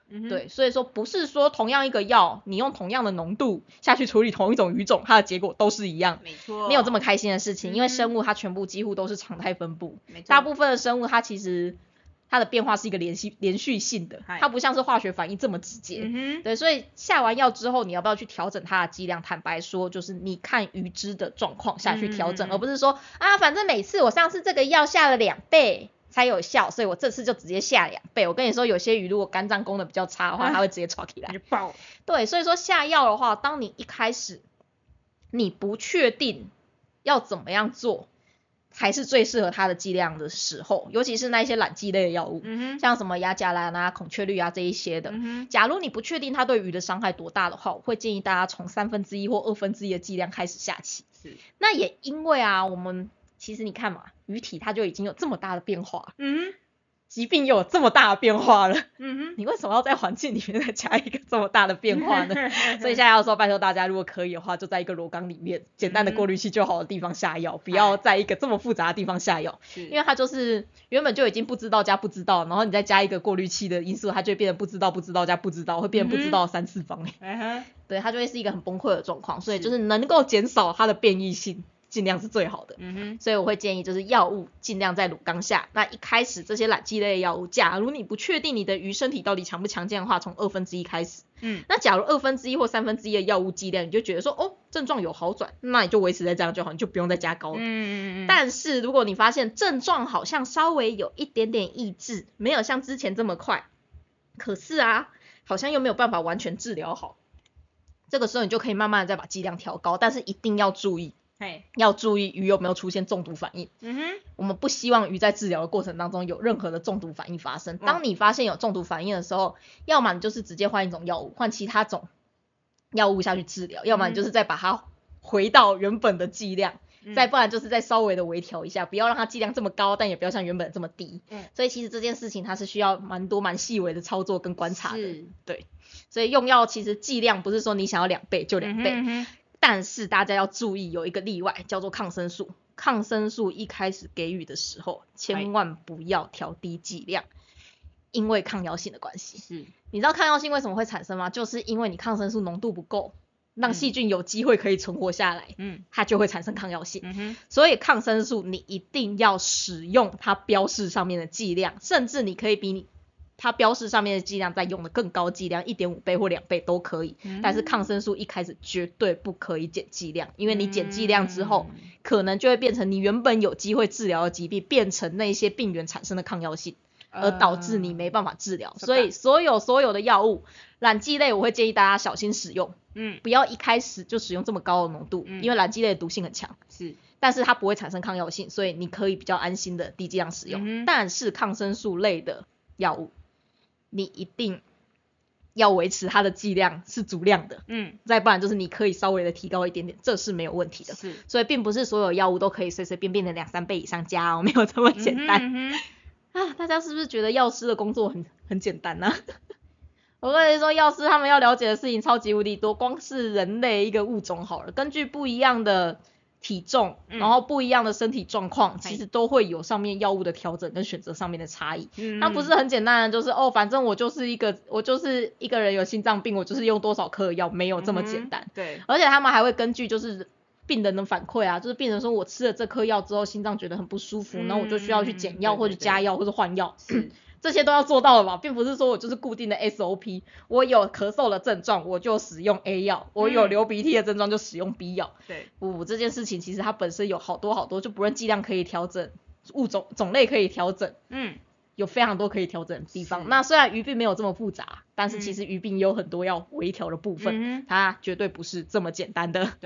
对，所以说不是说同样一个药，你用同样的浓度下去处理同一种鱼种，它的结果都是一样， 没错， 没有这么开心的事情，因为生物它全部几乎都是常态分布，大部分的生物它其实它的变化是一个连续性的，它不像是化学反应这么直接，对，所以下完药之后你要不要去调整它的剂量，坦白说就是你看鱼只的状况下去调整，而不是说啊反正每次我上次这个药下了2倍才有效，所以我这次就直接下2倍。我跟你说有些鱼如果肝脏功能比较差的话，它会直接吵起来， 就爆了。 对，所以说下药的话，当你一开始你不确定要怎么样做才是最适合它的剂量的时候，尤其是那一些染剂类的药物，像什么亚甲蓝啊、孔雀绿啊这一些的，假如你不确定它对鱼的伤害多大的话，我会建议大家从1/3或1/2的剂量开始下起。那也因为啊，我们其实你看嘛，鱼体它就已经有这么大的变化，疾病又有这么大的变化了，你为什么要在环境里面再加一个这么大的变化呢？所以下药的时候拜托大家，如果可以的话，就在一个螺缸里面简单的过滤器就好的地方下药，不要在一个这么复杂的地方下药，因为它就是原本就已经不知道加不知道，然后你再加一个过滤器的因素，它就会变成不知道加不知道，会变成不知道3次方，对，它就会是一个很崩溃的状况，所以就是能够减少它的变异性尽量是最好的，所以我会建议就是药物尽量在乳缸下。那一开始这些染剂类的药物，假如你不确定你的鱼身体到底强不强健的话，从1/2开始，那假如1/2或1/3的药物剂量，你就觉得说哦症状有好转，那你就维持在这样就好，你就不用再加高了。但是如果你发现症状好像稍微有一点点抑制，没有像之前这么快，可是啊好像又没有办法完全治疗好，这个时候你就可以慢慢的再把剂量调高，但是一定要注意。要注意鱼有没有出现中毒反应，我们不希望鱼在治疗的过程当中有任何的中毒反应发生。当你发现有中毒反应的时候，要么你就是直接换一种药物，换其他种药物下去治疗，要么你就是再把它回到原本的剂量，再不然就是再稍微的微调一下，不要让它剂量这么高，但也不要像原本这么低。所以其实这件事情它是需要蛮细微的操作跟观察的，对。所以用药其实剂量不是说你想要2倍就2倍。但是大家要注意有一个例外，叫做抗生素。抗生素一开始给予的时候，千万不要调低剂量，因为抗药性的关系。你知道抗药性为什么会产生吗？就是因为你抗生素浓度不够，让细菌有机会可以存活下来，它就会产生抗药性。所以抗生素你一定要使用它标示上面的剂量，甚至你可以比它标示上面的剂量再用的更高剂量，1.5倍或2倍都可以，但是抗生素一开始绝对不可以减剂量，因为你减剂量之后，可能就会变成你原本有机会治疗的疾病变成那些病原产生的抗药性，而导致你没办法治疗。所以所有的药物，染剂类我会建议大家小心使用，不要一开始就使用这么高的浓度，因为染剂类的毒性很强，但是它不会产生抗药性，所以你可以比较安心的低剂量使用。但是抗生素类的药物，你一定要维持它的剂量是足量的，再不然就是你可以稍微的提高一点点，这是没有问题的。所以并不是所有药物都可以随随便便的2-3倍以上加哦，没有这么简单。大家是不是觉得药师的工作很简单呢？我跟你说，药师他们要了解的事情超级无敌多，光是人类一个物种好了，根据不一样的体重，然后不一样的身体状况，其实都会有上面药物的调整跟选择上面的差异。它不是很简单的，就是反正我就是一个人有心脏病，我就是用多少颗药，没有这么简单。 对， 而且他们还会根据就是病人的反馈啊，就是病人说我吃了这颗药之后心脏觉得很不舒服，然后我就需要去减药或者加药或者换药。这些都要做到了嘛，并不是说我就是固定的 SOP， 我有咳嗽的症状我就使用 A 药，我有流鼻涕的症状就使用 B 药。 对， 这件事情其实它本身有好多，就不论剂量可以调整，种类可以调整，有非常多可以调整的地方。那虽然鱼病没有这么复杂，但是其实鱼病也有很多要微调的部分，它绝对不是这么简单的。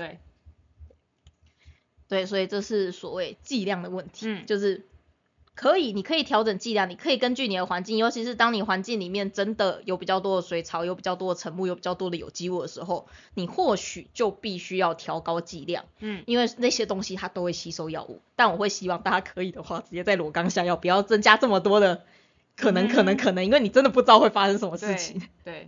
对，所以这是所谓剂量的问题，就是你可以调整剂量，你可以根据你的环境，尤其是当你环境里面真的有比较多的水草，有比较多的沉木，有比较多的有机物的时候，你或许就必须要调高剂量，因为那些东西它都会吸收药物。但我会希望大家可以的话，直接在裸缸下药，不要增加这么多的可能，因为你真的不知道会发生什么事情。 对，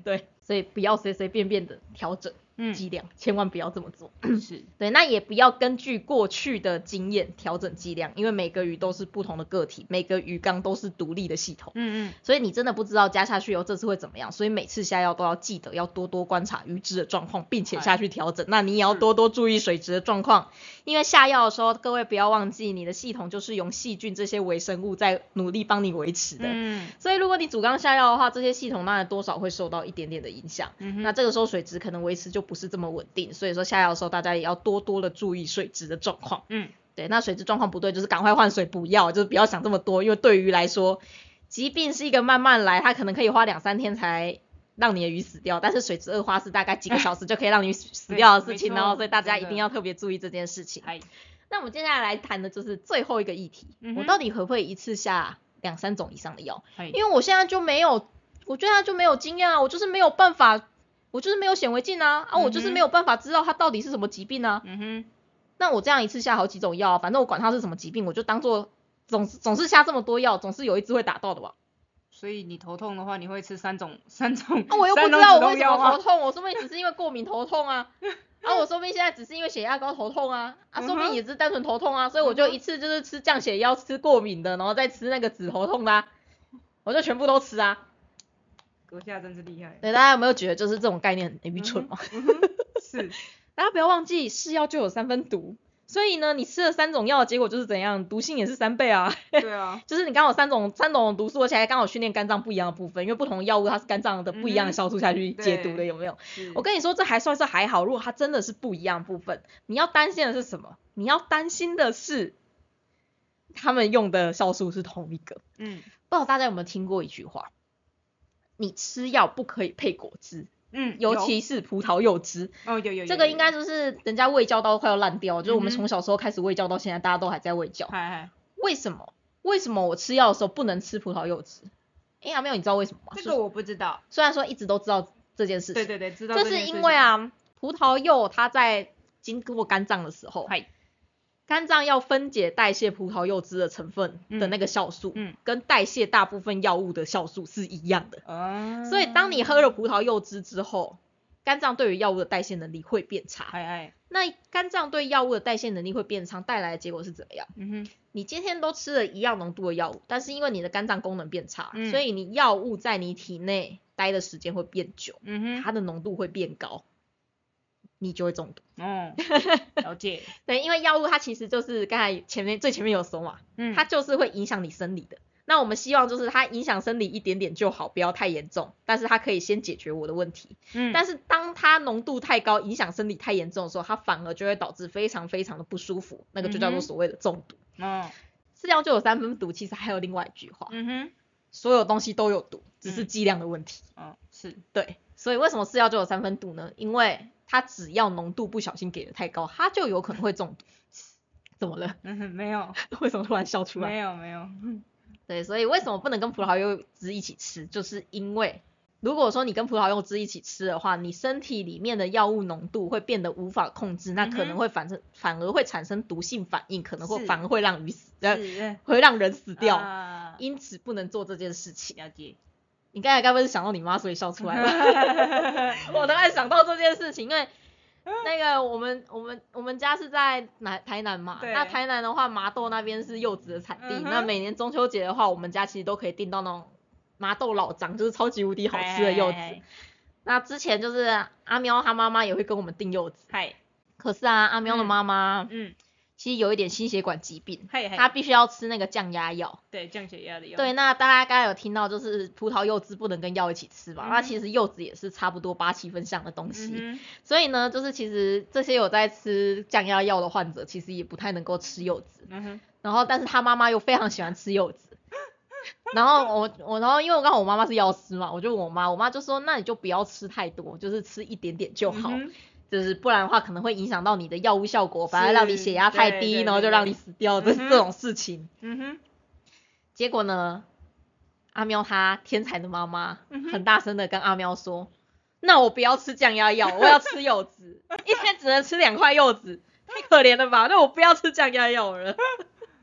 所以不要随随便便的调整剂量，千万不要这么做。 是， 对，那也不要根据过去的经验调整剂量，因为每个鱼都是不同的个体，每个鱼缸都是独立的系统。所以你真的不知道加下去以后这次会怎么样，所以每次下药都要记得要多多观察鱼质的状况，并且下去调整。那你也要多多注意水质的状况，因为下药的时候，各位不要忘记，你的系统就是用细菌这些微生物在努力帮你维持的。所以如果你主缸下药的话，这些系统当然多少会受到一点点的影响。那这个时候水质可能维持就不是这么稳定，所以说下药的时候大家也要多多的注意水质的状况。对，那水质状况不对就是赶快换水补药，就是不要想这么多，因为对鱼来说，疾病是一个慢慢来，它可能可以花2-3天才让你的鱼死掉，但是水质恶化是大概几个小时就可以让你死掉的事情哦，所以大家一定要特别注意这件事情。那我们接下来谈的就是最后一个议题，我到底可不可以一次下2-3种以上的药？因为我现在就没有，我现在就没有经验啊，我就是没有办法，我就是没有显微镜啊，我就是没有办法知道它到底是什么疾病啊。那我这样一次下好几种药，反正我管它是什么疾病，我就当做总是下这么多药，总是有一只会打到的吧。 所以你头痛的话，你会吃3种我又不知道我为什么头痛，我说不定只是因为过敏头痛啊。我说不定现在只是因为血压高头痛啊，说不定也是单纯头痛啊，所以我就一次就是吃降血药，吃过敏的，然后再吃那个止头痛的我就全部都吃啊。 阁下真是厉害。 对，大家有没有觉得就是这种概念很愚蠢吗？ 是。 大家不要忘记，是药就有3分毒，所以呢，你吃了3种药的结果就是怎样，毒性也是3倍啊。 对啊。 就是你刚好3种毒素，而且还刚好训练肝脏不一样的部分，因为不同的药物它是肝脏的不一样的酵素下去解毒的，有没有？我跟你说，这还算是还好，如果它真的是不一样的部分，你要担心的是什么？你要担心的是他们用的酵素是同一个。不知道大家有没有听过一句话，你吃药不可以配果汁。尤其是葡萄柚汁。 有。 这个应该就是人家卫教到快要烂掉，就是我们从小时候开始卫教到现在，大家都还在卫教。为什么我吃药的时候不能吃葡萄柚汁？阿喵，你知道为什么吗？ 这个我不知道。 虽然说一直都知道这件事情。 对，知道这件事情。 这是因为葡萄柚它在经过肝脏的时候，肝脏要分解代谢葡萄柚汁的成分的那个酵素，跟代谢大部分药物的酵素是一样的。所以当你喝了葡萄柚汁之后，肝脏对于药物的代谢能力会变差。那肝脏对药物的代谢能力会变差，带来的结果是怎么样？你今天都吃了一样浓度的药物，但是因为你的肝脏功能变差，所以你药物在你体内待的时间会变久，它的浓度会变高，你就会中毒。 了解。 对，因为药物它其实就是刚才最前面有说嘛，它就是会影响你生理的。那我们希望就是它影响生理一点点就好，不要太严重，但是它可以先解决我的问题。但是当它浓度太高，影响生理太严重的时候，它反而就会导致非常非常的不舒服，那个就叫做所谓的中毒。吃药就有3分毒，其实还有另外一句话，所有东西都有毒，只是剂量的问题。 是。 对，所以为什么吃药就有3分毒呢？因为它只要浓度不小心给的太高，它就有可能会中毒。怎么了？ 没有。 为什么突然笑出来？ 没有。 对，所以为什么不能跟葡萄柚汁一起吃？就是因为如果说你跟葡萄柚汁一起吃的话，你身体里面的药物浓度会变得无法控制，那可能会反而会产生毒性反应，可能会反而会让鱼死，会让人死掉。因此不能做这件事情。 了解。 你刚才该不会是想到你妈所以笑出来吧？我当然想到这件事情，因为那个我们家是在台南嘛，那台南的话麻豆那边是柚子的产地，那每年中秋节的话，我们家其实都可以订到那种麻豆老张，就是超级无敌好吃的柚子。那之前就是阿喵他妈妈也会跟我们订柚子，可是阿喵的妈妈其实有一点心血管疾病，他必须要吃那个降压药。 对，降血压的药。 对，那大家刚才有听到就是葡萄柚汁不能跟药一起吃嘛，那其实柚子也是差不多8-7分像的东西。所以呢，就是其实这些有在吃降压药的患者，其实也不太能够吃柚子。然后但是他妈妈又非常喜欢吃柚子。然后然后因为我刚好我妈妈是药师嘛，我就问我妈就说那你就不要吃太多，就是吃一点点就好。就是不然的话可能会影响到你的药物效果，反而让你血压太低，然后就让你死掉的这种事情。结果呢，阿喵他天才的妈妈很大声的跟阿喵说，那我不要吃降压药，我要吃柚子，一天只能吃2块柚子，太可怜了吧，那我不要吃降压药了。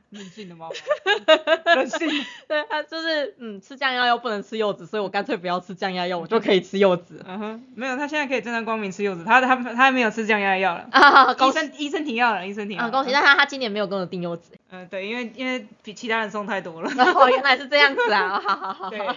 任性的猫猫，任性。 对，它就是吃降压药不能吃柚子，所以我干脆不要吃降压药，我就可以吃柚子。 没有，他现在可以正大光明吃柚子，他还没有吃降压药了。医生停药了，医生停药了。 恭喜，但他今年没有跟我订柚子。 对，因为比其他人送太多了。 原来是这样子啊，好。对。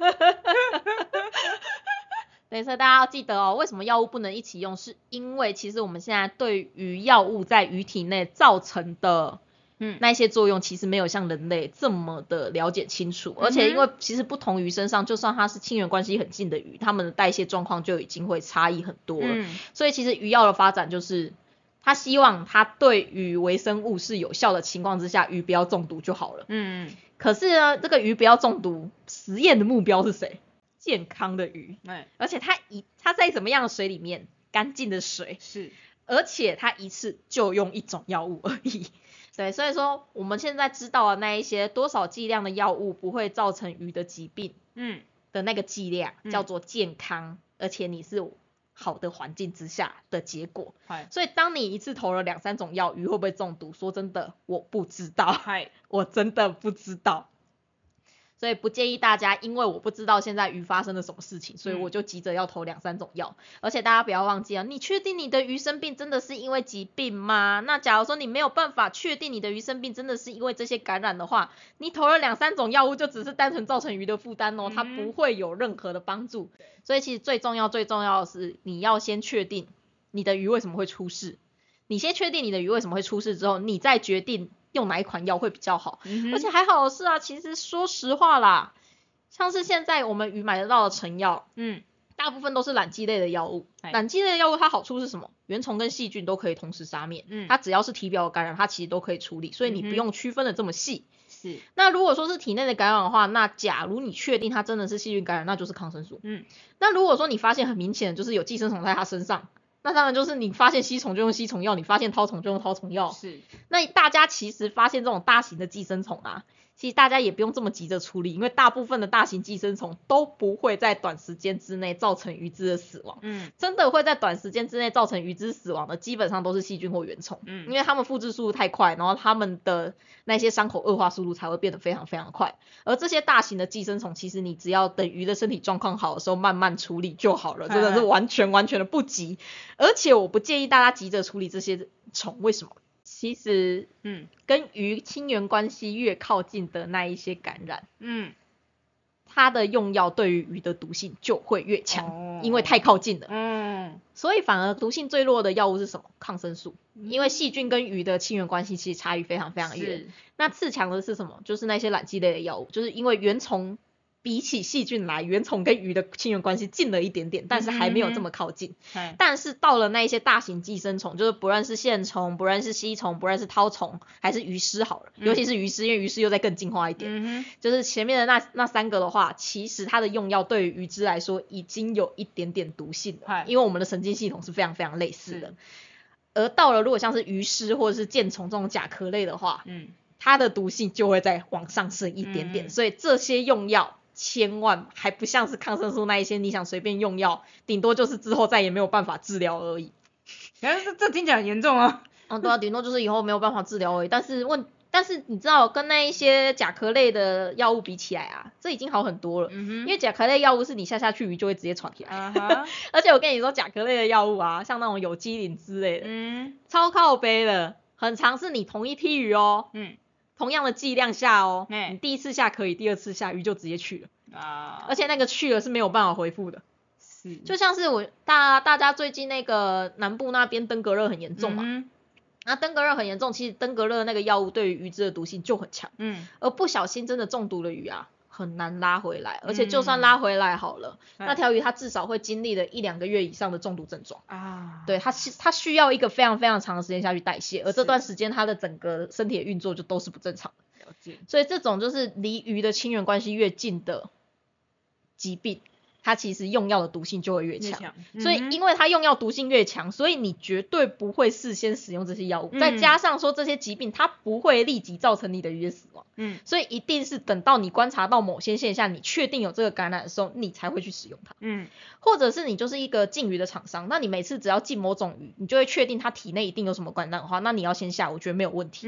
对，所以大家要记得哦，为什么药物不能一起用？是因为其实我们现在对于药物在鱼体内造成的那些作用，其实没有像人类这么的了解清楚。而且因为其实不同鱼身上，就算它是亲缘关系很近的鱼，它们的代谢状况就已经会差异很多了。所以其实鱼药的发展就是他希望它对于微生物是有效的情况之下，鱼不要中毒就好了。可是呢，这个鱼不要中毒，实验的目标是谁？健康的鱼。而且它在什么样的水里面？干净的水。是。而且它一次就用一种药物而已。对，所以说我们现在知道的那一些多少剂量的药物不会造成鱼的疾病的那个剂量，叫做健康，而且你是好的环境之下的结果。所以当你一次投了2-3种药，鱼会不会中毒？说真的，我不知道。我真的不知道。所以不建议大家，因为我不知道现在鱼发生了什么事情，所以我就急着要投2-3种药。而且大家不要忘记啊，你确定你的鱼生病真的是因为疾病吗？那假如说你没有办法确定你的鱼生病真的是因为这些感染的话，你投了2-3种药物就只是单纯造成鱼的负担哦，它不会有任何的帮助。所以其实最重要的是，你要先确定你的鱼为什么会出事。你先确定你的鱼为什么会出事之后，你再决定用哪一款药会比较好。而且还好的是啊，其实说实话啦，像是现在我们鱼买得到的成药，大部分都是染剂类的药物。染剂类的药物它好处是什么？原虫跟细菌都可以同时杀灭。它只要是体表的感染，它其实都可以处理，所以你不用区分的这么细。是。那如果说是体内的感染的话，那假如你确定它真的是细菌感染，那就是抗生素。那如果说你发现很明显就是有寄生虫在它身上，那当然就是你发现吸虫就用吸虫药，你发现绦虫就用绦虫药。是。那大家其实发现这种大型的寄生虫啊，其实大家也不用这么急着处理，因为大部分的大型寄生虫都不会在短时间之内造成鱼只的死亡。真的会在短时间之内造成鱼只死亡的，基本上都是细菌或原虫。因为它们复制速度太快，然后它们的那些伤口恶化速度才会变得非常非常快。而这些大型的寄生虫，其实你只要等鱼的身体状况好的时候慢慢处理就好了，真的是完全的不急。而且我不建议大家急着处理这些虫，为什么？其实跟鱼亲缘关系越靠近的那一些感染，它的用药对于鱼的毒性就会越强，因为太靠近了。所以反而毒性最弱的药物是什么？抗生素。因为细菌跟鱼的亲缘关系其实差异非常非常远。那次强的是什么？就是那些染剂类的药物，就是因为原虫比起细菌来，原虫跟鱼的亲缘关系近了一点点，但是还没有这么靠近。但是到了那一些大型寄生虫，就是不论是线虫，不论是吸虫，不论是绦虫，还是鱼虱好了，尤其是鱼虱，因为鱼虱又再更进化一点。就是前面的那3个的话，其实它的用药对于鱼只来说已经有一点点毒性了，因为我们的神经系统是非常非常类似的。而到了如果像是鱼虱或者是箭虫这种甲壳类的话，它的毒性就会再往上升一点点。所以这些用药千万还不像是抗生素那一些，你想随便用药，顶多就是之后再也没有办法治疗而已。 这听起来很严重啊。 对啊，顶多就是以后没有办法治疗而已。但是你知道跟那一些甲壳类的药物比起来啊，这已经好很多了。因为甲壳类药物是你下去鱼就会直接喘起来。而且我跟你说，甲壳类的药物啊，像那种有机磷之类的，超靠背的，很常是你同一批鱼哦，同样的剂量下哦，你第一次下可以，第二次下鱼就直接去了。而且那个去了是没有办法恢复的。就像是大家最近那个南部那边登革热很严重嘛。那登革热很严重，其实登革热那个药物对于鱼只的毒性就很强。而不小心真的中毒的鱼啊，很难拉回来。而且就算拉回来好了，那条鱼它至少会经历了1-2个月以上的中毒症状。对，它需要一个非常非常长的时间下去代谢，而这段时间它的整个身体的运作就都是不正常的。所以这种就是离鱼的亲缘关系越近的疾病，它其实用药的毒性就会越强。所以因为它用药毒性越强，所以你绝对不会事先使用这些药物。再加上说这些疾病它不会立即造成你的鱼的死亡。所以一定是等到你观察到某些现象，你确定有这个感染的时候，你才会去使用它。或者是你就是一个禁鱼的厂商，那你每次只要进某种鱼，你就会确定它体内一定有什么感染的话，那你要先下，我觉得没有问题。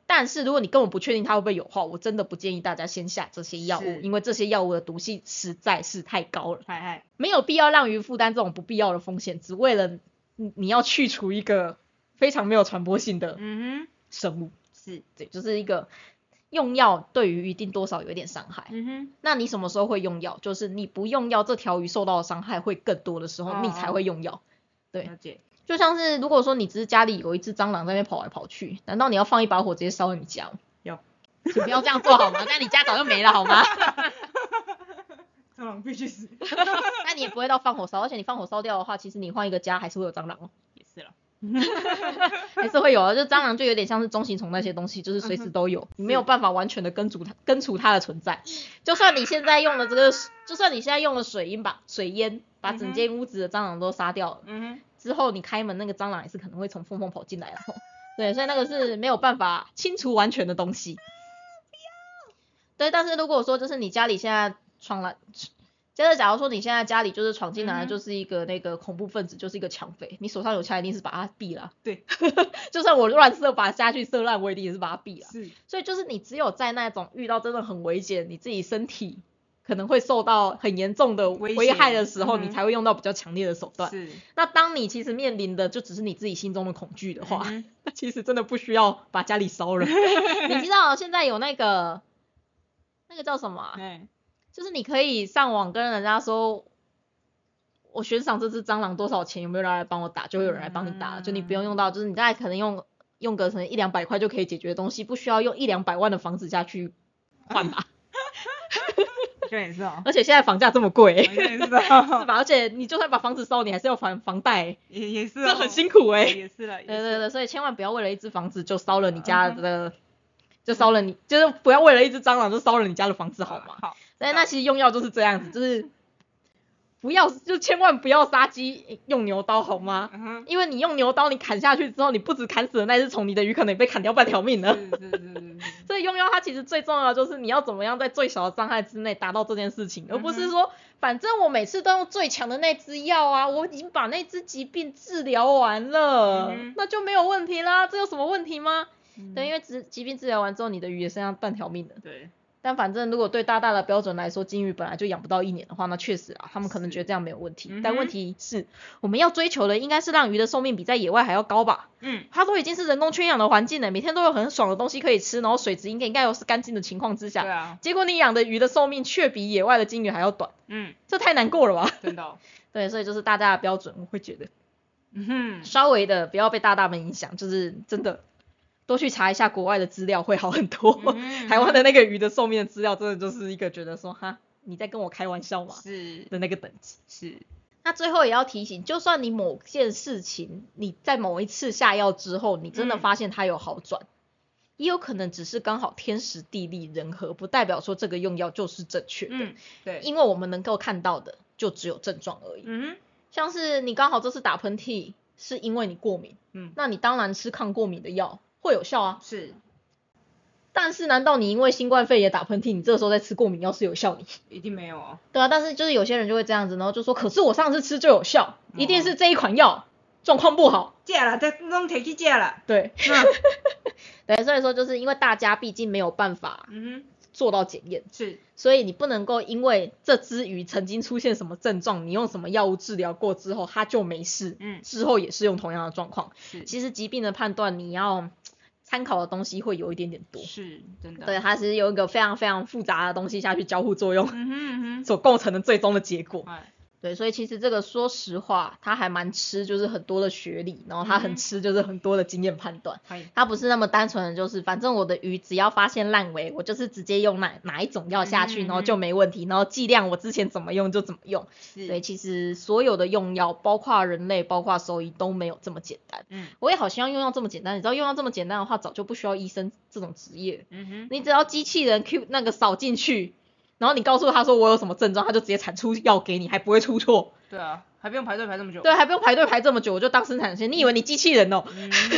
但是如果你根本不确定它会不会有的话，我真的不建议大家先下这些药物，因为这些药物的毒性实在是太高了，没有必要让鱼负担这种不必要的风险，只为了你要去除一个非常没有传播性的生物。是，对，就是一个用药对于鱼一定多少有一点伤害。那你什么时候会用药？就是你不用药，这条鱼受到的伤害会更多的时候，你才会用药。对，了解。就像是如果说你只是家里有一只蟑螂在那边跑来跑去，难道你要放一把火直接烧了你家吗？有，请不要这样做好吗？那你家早就没了好吗？ 蟑螂必须死。 那你也不会到放火烧，而且你放火烧掉的话，其实你换一个家还是会有蟑螂哦。 也是了。 还是会有啊，就蟑螂就有点像是中型虫那些东西，就是随时都有，你没有办法完全的根除它的存在。就算你现在用了水烟把整间屋子的蟑螂都杀掉了，之后你开门那个蟑螂也是可能会从缝跑进来了。对，所以那个是没有办法清除完全的东西。对，但是如果说就是你家里现在接着假如说你现在家里就是闯进来就是一个那个恐怖分子，就是一个抢匪，你手上有枪一定是把他毙了。对。就算我乱射把下去射烂，我一定也是把他毙了。是。所以就是你只有在那种遇到真的很危险，你自己身体可能会受到很严重的危害的时候，你才会用到比较强烈的手段。是。那当你其实面临的就只是你自己心中的恐惧的话，那其实真的不需要把家里烧了。你知道现在有那个叫什么就是你可以上网跟人家说，我悬赏这只蟑螂多少钱，有没有人来帮我打，就会有人来帮你打了。就你不用用到，就是你大概可能用个可能100-200块就可以解决的东西，不需要用100-200万的房子下去换吧。 也是哦。 而且现在房价这么贵，是吧？而且你就算把房子烧，你还是要还房贷， 也是， 这很辛苦也是了。 对，所以千万不要为了一只房子就烧了你家的，就烧了你，就是不要为了一只蟑螂就烧了你家的房子好吗？好。那其实用药就是这样子，就是千万不要杀鸡用牛刀好吗？因为你用牛刀你砍下去之后，你不止砍死了那只虫，你的鱼可能也被砍掉半条命了。所以用药它其实最重要的就是你要怎么样在最小的伤害之内达到这件事情，而不是说反正我每次都用最强的那只药啊，我已经把那只疾病治疗完了，那就没有问题啦，这有什么问题吗？对，因为疾病治疗完之后，你的鱼也剩下半条命了。对。但反正如果对大的标准来说，金鱼本来就养不到1年的话，那确实啊，他们可能觉得这样没有问题。但问题是，我们要追求的应该是让鱼的寿命比在野外还要高吧？它都已经是人工圈养的环境了，每天都有很爽的东西可以吃，然后水质应该又是干净的情况之下，对啊，结果你养的鱼的寿命却比野外的金鱼还要短，这太难过了吧？真的。对，所以就是大家的标准，我会觉得，稍微的不要被大们影响，就是真的。多去查一下国外的资料会好很多。台湾的那个鱼的寿命的资料真的就是一个觉得说哈你在跟我开玩笑吗是的那个等级。是。那最后也要提醒，就算你某件事情你在某一次下药之后你真的发现它有好转，也有可能只是刚好天时地利人和，不代表说这个用药就是正确的。对。因为我们能够看到的就只有症状而已。像是你刚好这次打喷嚏是因为你过敏，那你当然吃抗过敏的药会有效啊。是。但是难道你因为新冠肺炎打喷嚏，你这个时候再吃过敏药是有效的？一定没有啊。对啊，但是就是有些人就会这样子，然后就说可是我上次吃就有效，一定是这一款药状况不好。 假啦，这都提去假啦。 对。对，所以说就是因为大家毕竟没有办法做到检验，是，所以你不能够因为这只鱼曾经出现什么症状，你用什么药物治疗过之后它就没事，之后也是用同样的状况。其实疾病的判断你要参考的东西会有一点点多，是真的。对，它是有一个非常非常复杂的东西下去交互作用，所构成的最终的结果。对，所以其实这个说实话它还蛮吃就是很多的学理，然后它很吃就是很多的经验判断，它不是那么单纯的就是反正我的鱼只要发现烂尾我就是直接用哪一种药下去然后就没问题，然后剂量我之前怎么用就怎么用。对，其实所有的用药包括人类包括兽医都没有这么简单。我也好希望用药这么简单，你知道用药这么简单的话早就不需要医生这种职业。你只要机器人 Q 那个扫进去，然后你告诉他说我有什么症状，他就直接产出药给你，还不会出错。对啊，还不用排队排这么久。对，还不用排队排这么久，我就当生产线。你以为你机器人哦？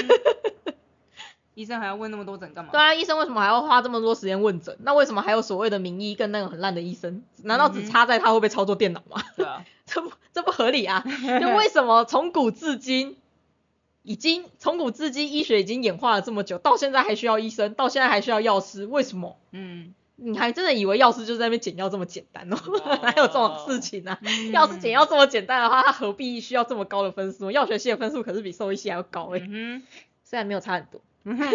医生还要问那么多诊干嘛？ 对啊，医生为什么还要花这么多时间问诊？那为什么还有所谓的名医跟那个很烂的医生？难道只差在他会不会操作电脑吗？对啊，这不合理啊！就为什么从古至今已经从古至今医学已经演化了这么久，到现在还需要医生，到现在还需要药师，为什么？你还真的以为药师就在那边减药这么简单哦？哪有这种事情啊？要是减药这么简单的话，他何必需要这么高的分数？药学系的分数可是比兽医系还要高虽然没有差很多。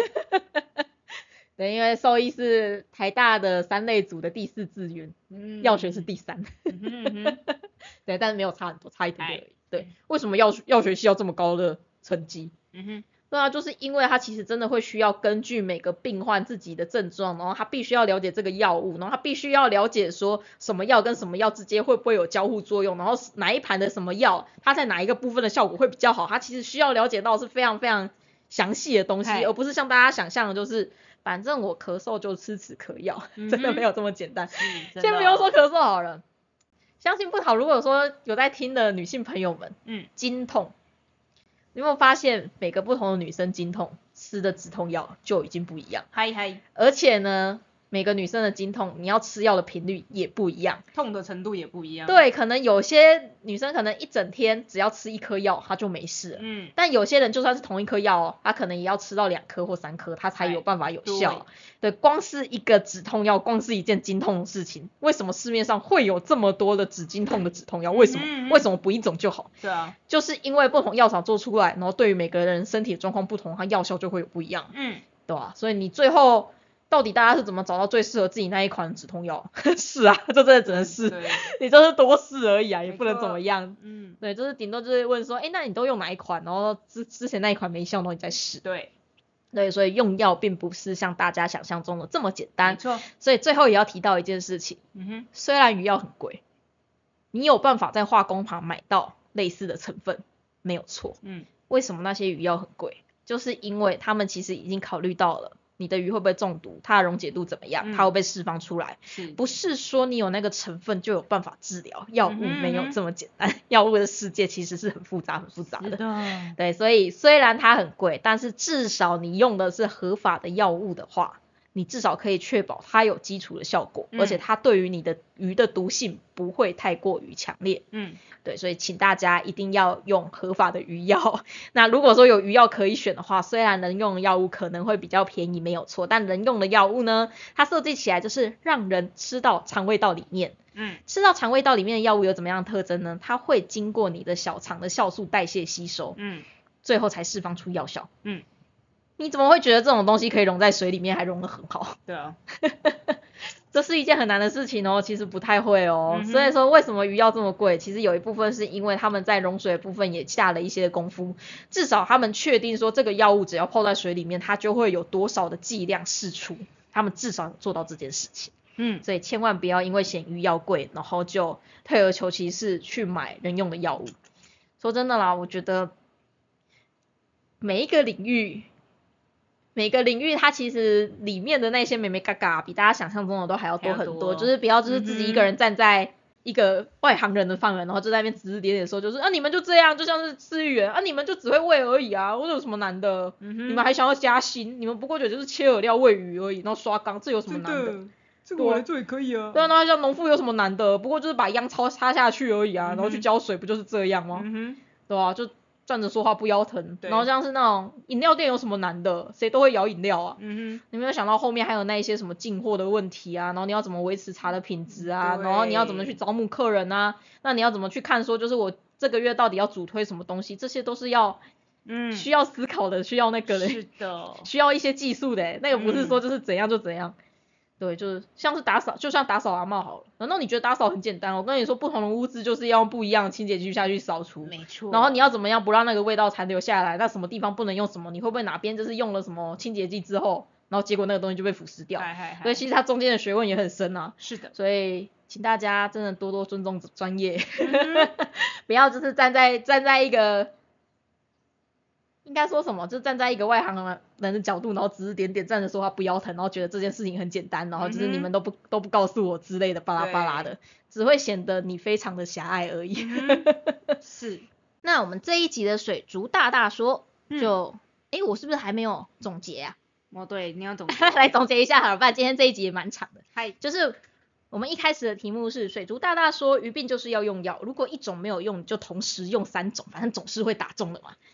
对，因为兽医是台大的3类组的第4志愿，药学是第3。对，但是没有差很多，差一点点而已。对，为什么药学系要这么高的成绩？对啊，就是因为他其实真的会需要根据每个病患自己的症状，然后他必须要了解这个药物，然后他必须要了解说什么药跟什么药之间会不会有交互作用，然后哪一盘的什么药，它在哪一个部分的效果会比较好，他其实需要了解到是非常非常详细的东西，而不是像大家想象的就是反正我咳嗽就吃止咳药，真的没有这么简单。先不用说咳嗽好了，相信不少如果说有在听的女性朋友们，经痛。你有没有发现每个不同的女生经痛吃的止痛药就已经不一样？而且呢，每个女生的经痛你要吃药的频率也不一样， 痛的程度也不一样。 对，可能有些女生可能一整天只要吃1颗药她就没事了，但有些人就算是同一颗药她可能也要吃到2颗或3颗她才有办法有效。对，光是一个止痛药，光是一件经痛的事情，为什么市面上会有这么多的止经痛的止痛药？为什么？为什么不一种就好？ 对啊， 就是因为不同药厂做出来，然后对于每个人身体的状况不同，它药效就会有不一样。对吧？所以你最后到底大家是怎么找到最适合自己那一款止痛药？是啊，就真的只能试，你就是多试而已啊，也不能怎么样。对，就是顶多就是问说，那你都用哪一款？然后之前那一款没效，然后你再试。对，所以用药并不是像大家想象中的这么简单。 没错。 所以最后也要提到一件事情，虽然鱼药很贵，你有办法在化工行买到类似的成分，没有错。为什么那些鱼药很贵？就是因为他们其实已经考虑到了你的鱼会不会中毒，它的溶解度怎么样，它会被释放出来，不是说你有那个成分就有办法治疗，药物没有这么简单，药物的世界其实是很复杂的。对，所以虽然它很贵，但是至少你用的是合法的药物的话，你至少可以确保它有基础的效果，而且它对于你的鱼的毒性不会太过于强烈。对，所以请大家一定要用合法的鱼药。那如果说有鱼药可以选的话，虽然人用的药物可能会比较便宜没有错，但人用的药物呢，它设计起来就是让人吃到肠胃道里面。吃到肠胃道里面的药物有怎么样的特征呢？它会经过你的小肠的酵素代谢吸收，最后才释放出药效。你怎么会觉得这种东西可以溶在水里面还溶得很好？ 对啊。 这是一件很难的事情哦，其实不太会哦。所以说为什么鱼药这么贵，其实有一部分是因为他们在溶水的部分也下了一些功夫，至少他们确定说这个药物只要泡在水里面，它就会有多少的剂量释出，他们至少做到这件事情。所以千万不要因为嫌鱼药贵，然后就退而求其次去买人用的药物。说真的啦，我觉得每一个领域它其实里面的那些眉眉角角比大家想象中的都还要多很多，就是不要就是自己一个人站在一个外行人的范围，然后就在那边指指点点说，就是你们就这样，就像是饲育员你们就只会喂而已啊，我有什么难的？你们还想要加薪？你们不过就是切饵料喂鱼而已，然后刷缸，这有什么难的？ 这个我来做也可以啊。 对啊，那像农夫有什么难的？不过就是把秧插下去而已啊，然后去浇水，不就是这样吗？对啊，就站着说话不腰疼，然后像是那种饮料店有什么难的，谁都会摇饮料啊。你没有想到后面还有那一些什么进货的问题啊，然后你要怎么维持茶的品质啊，然后你要怎么去招募客人啊，那你要怎么去看说就是我这个月到底要主推什么东西，这些都是要需要思考的，需要那个的， 是的， 需要一些技术的，那个不是说就是怎样就怎样。对，就是像是打扫，就像打扫阿嬷好了。难道你觉得打扫很简单？我跟你说，不同的屋子就是要用不一样的清洁剂下去扫除。 没错。 然后你要怎么样不让那个味道残留下来？那什么地方不能用什么？你会不会哪边就是用了什么清洁剂之后，然后结果那个东西就被腐蚀掉？所以其实它中间的学问也很深啊。 是的。所以请大家真的多多尊重专业，不要就是站在一个。应该说什么？就站在一个外行人的角度，然后指指点点站着说话不腰疼，然后觉得这件事情很简单，然后就是你们都不告诉我之类的巴拉巴拉的，只会显得你非常的狭隘而已。 是。 那我们这一集的水族大大说，我是不是还没有总结啊？ 对，你要总结。 来总结一下好了，不然今天这一集也蛮长的。就是我们一开始的题目是水族大大说，鱼病就是要用药，如果一种没有用，就同时用3种，反正总是会打中的嘛。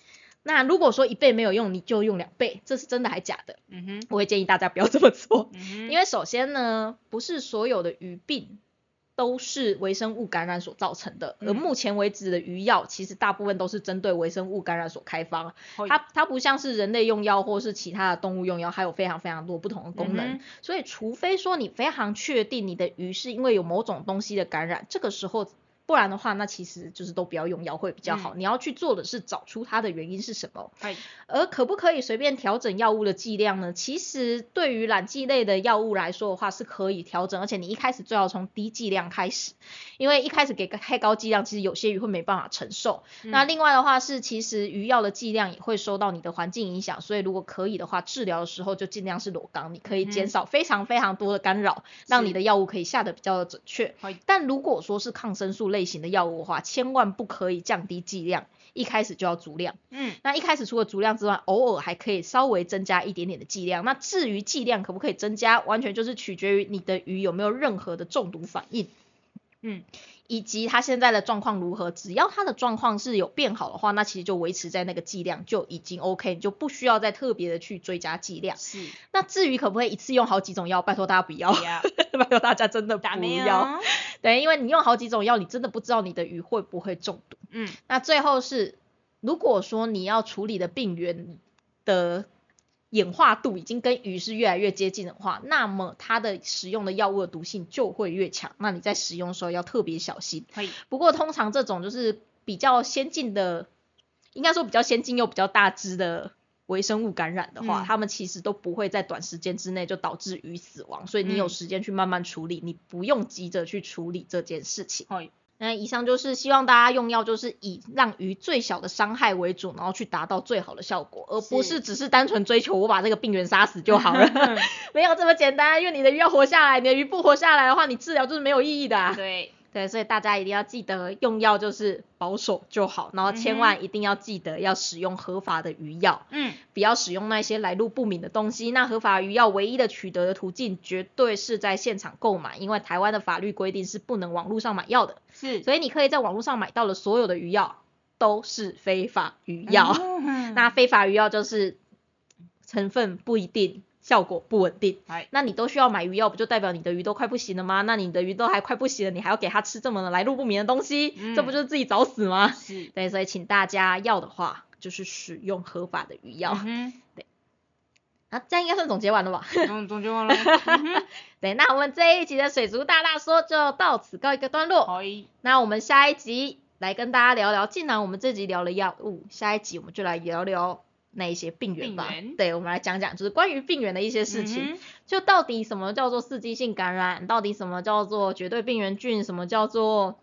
那如果说1倍没有用，你就用2倍，这是真的还假的？我会建议大家不要这么做，因为首先呢，不是所有的鱼病都是微生物感染所造成的，而目前为止的鱼药其实大部分都是针对微生物感染所开发，它不像是人类用药或是其他的动物用药，还有非常非常多不同的功能，所以除非说你非常确定你的鱼是因为有某种东西的感染，这个时候不然的话，那其实就是都不要用药会比较好。你要去做的是找出它的原因是什么。而可不可以随便调整药物的剂量呢？其实对于染剂类的药物来说的话是可以调整，而且你一开始最好从低剂量开始，因为一开始给太高剂量，其实有些鱼会没办法承受。那另外的话是，其实鱼药的剂量也会受到你的环境影响，所以如果可以的话，治疗的时候就尽量是裸缸，你可以减少非常非常多的干扰，让你的药物可以下得比较准确。但如果说是抗生素类型的药物的话，千万不可以降低剂量，一开始就要足量。那一开始除了足量之外，偶尔还可以稍微增加一点点的剂量。那至于剂量可不可以增加，完全就是取决于你的鱼有没有任何的中毒反应。以及它现在的状况如何，只要它的状况是有变好的话，那其实就维持在那个剂量就已经 OK， 你就不需要再特别的去追加剂量。那至于可不可以一次用好几种药，拜托大家不要，拜托大家真的不要。对，因为你用好几种药，你真的不知道你的鱼会不会中毒。那最后是，如果说你要处理的病原的演化度已经跟鱼是越来越接近的话，那么它的使用的药物的毒性就会越强，那你在使用的时候要特别小心。不过通常这种就是比较先进的，应该说比较先进又比较大只的微生物感染的话，它们其实都不会在短时间之内就导致鱼死亡，所以你有时间去慢慢处理，你不用急着去处理这件事情。那以上就是希望大家用药就是以让鱼最小的伤害为主，然后去达到最好的效果，而不是只是单纯追求我把这个病原杀死就好了。没有这么简单，因为你的鱼要活下来，你的鱼不活下来的话，你治疗就是没有意义的。对，所以大家一定要记得用药就是保守就好，然后千万一定要记得要使用合法的鱼药，不要使用那些来路不明的东西。那合法鱼药唯一的取得的途径绝对是在现场购买，因为台湾的法律规定是不能网络上买药的，所以你可以在网络上买到的所有的鱼药都是非法鱼药。那非法鱼药就是成分不一定，效果不稳定，那你都需要买鱼药，不就代表你的鱼都快不行了吗？那你的鱼都还快不行了，你还要给它吃这么来路不明的东西，这不就是自己找死吗？对，所以请大家要的话就是使用合法的鱼药。对，这样应该算总结完了吧？ 总结完了。 对，那我们这一集的水族大大说就到此告一个段落。那我们下一集来跟大家聊聊，既然我们这集聊了药物，下一集我们就来聊聊那一些病原吧。对，我们来讲讲就是关于病原的一些事情，就到底什么叫做刺激性感染，到底什么叫做绝对病原菌，什么叫做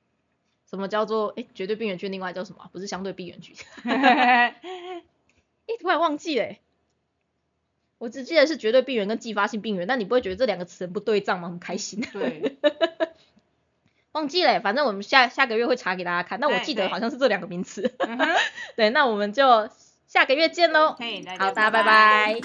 绝对病原菌另外叫什么？不是相对病原菌。突然忘记了。我只记得是绝对病原跟继发性病原，但你不会觉得这两个词不对仗吗？很开心。 对。 忘记了，反正我们下个月会查给大家看。那我记得好像是这两个名词。对，那我们就下个月见咯。好，大家拜拜。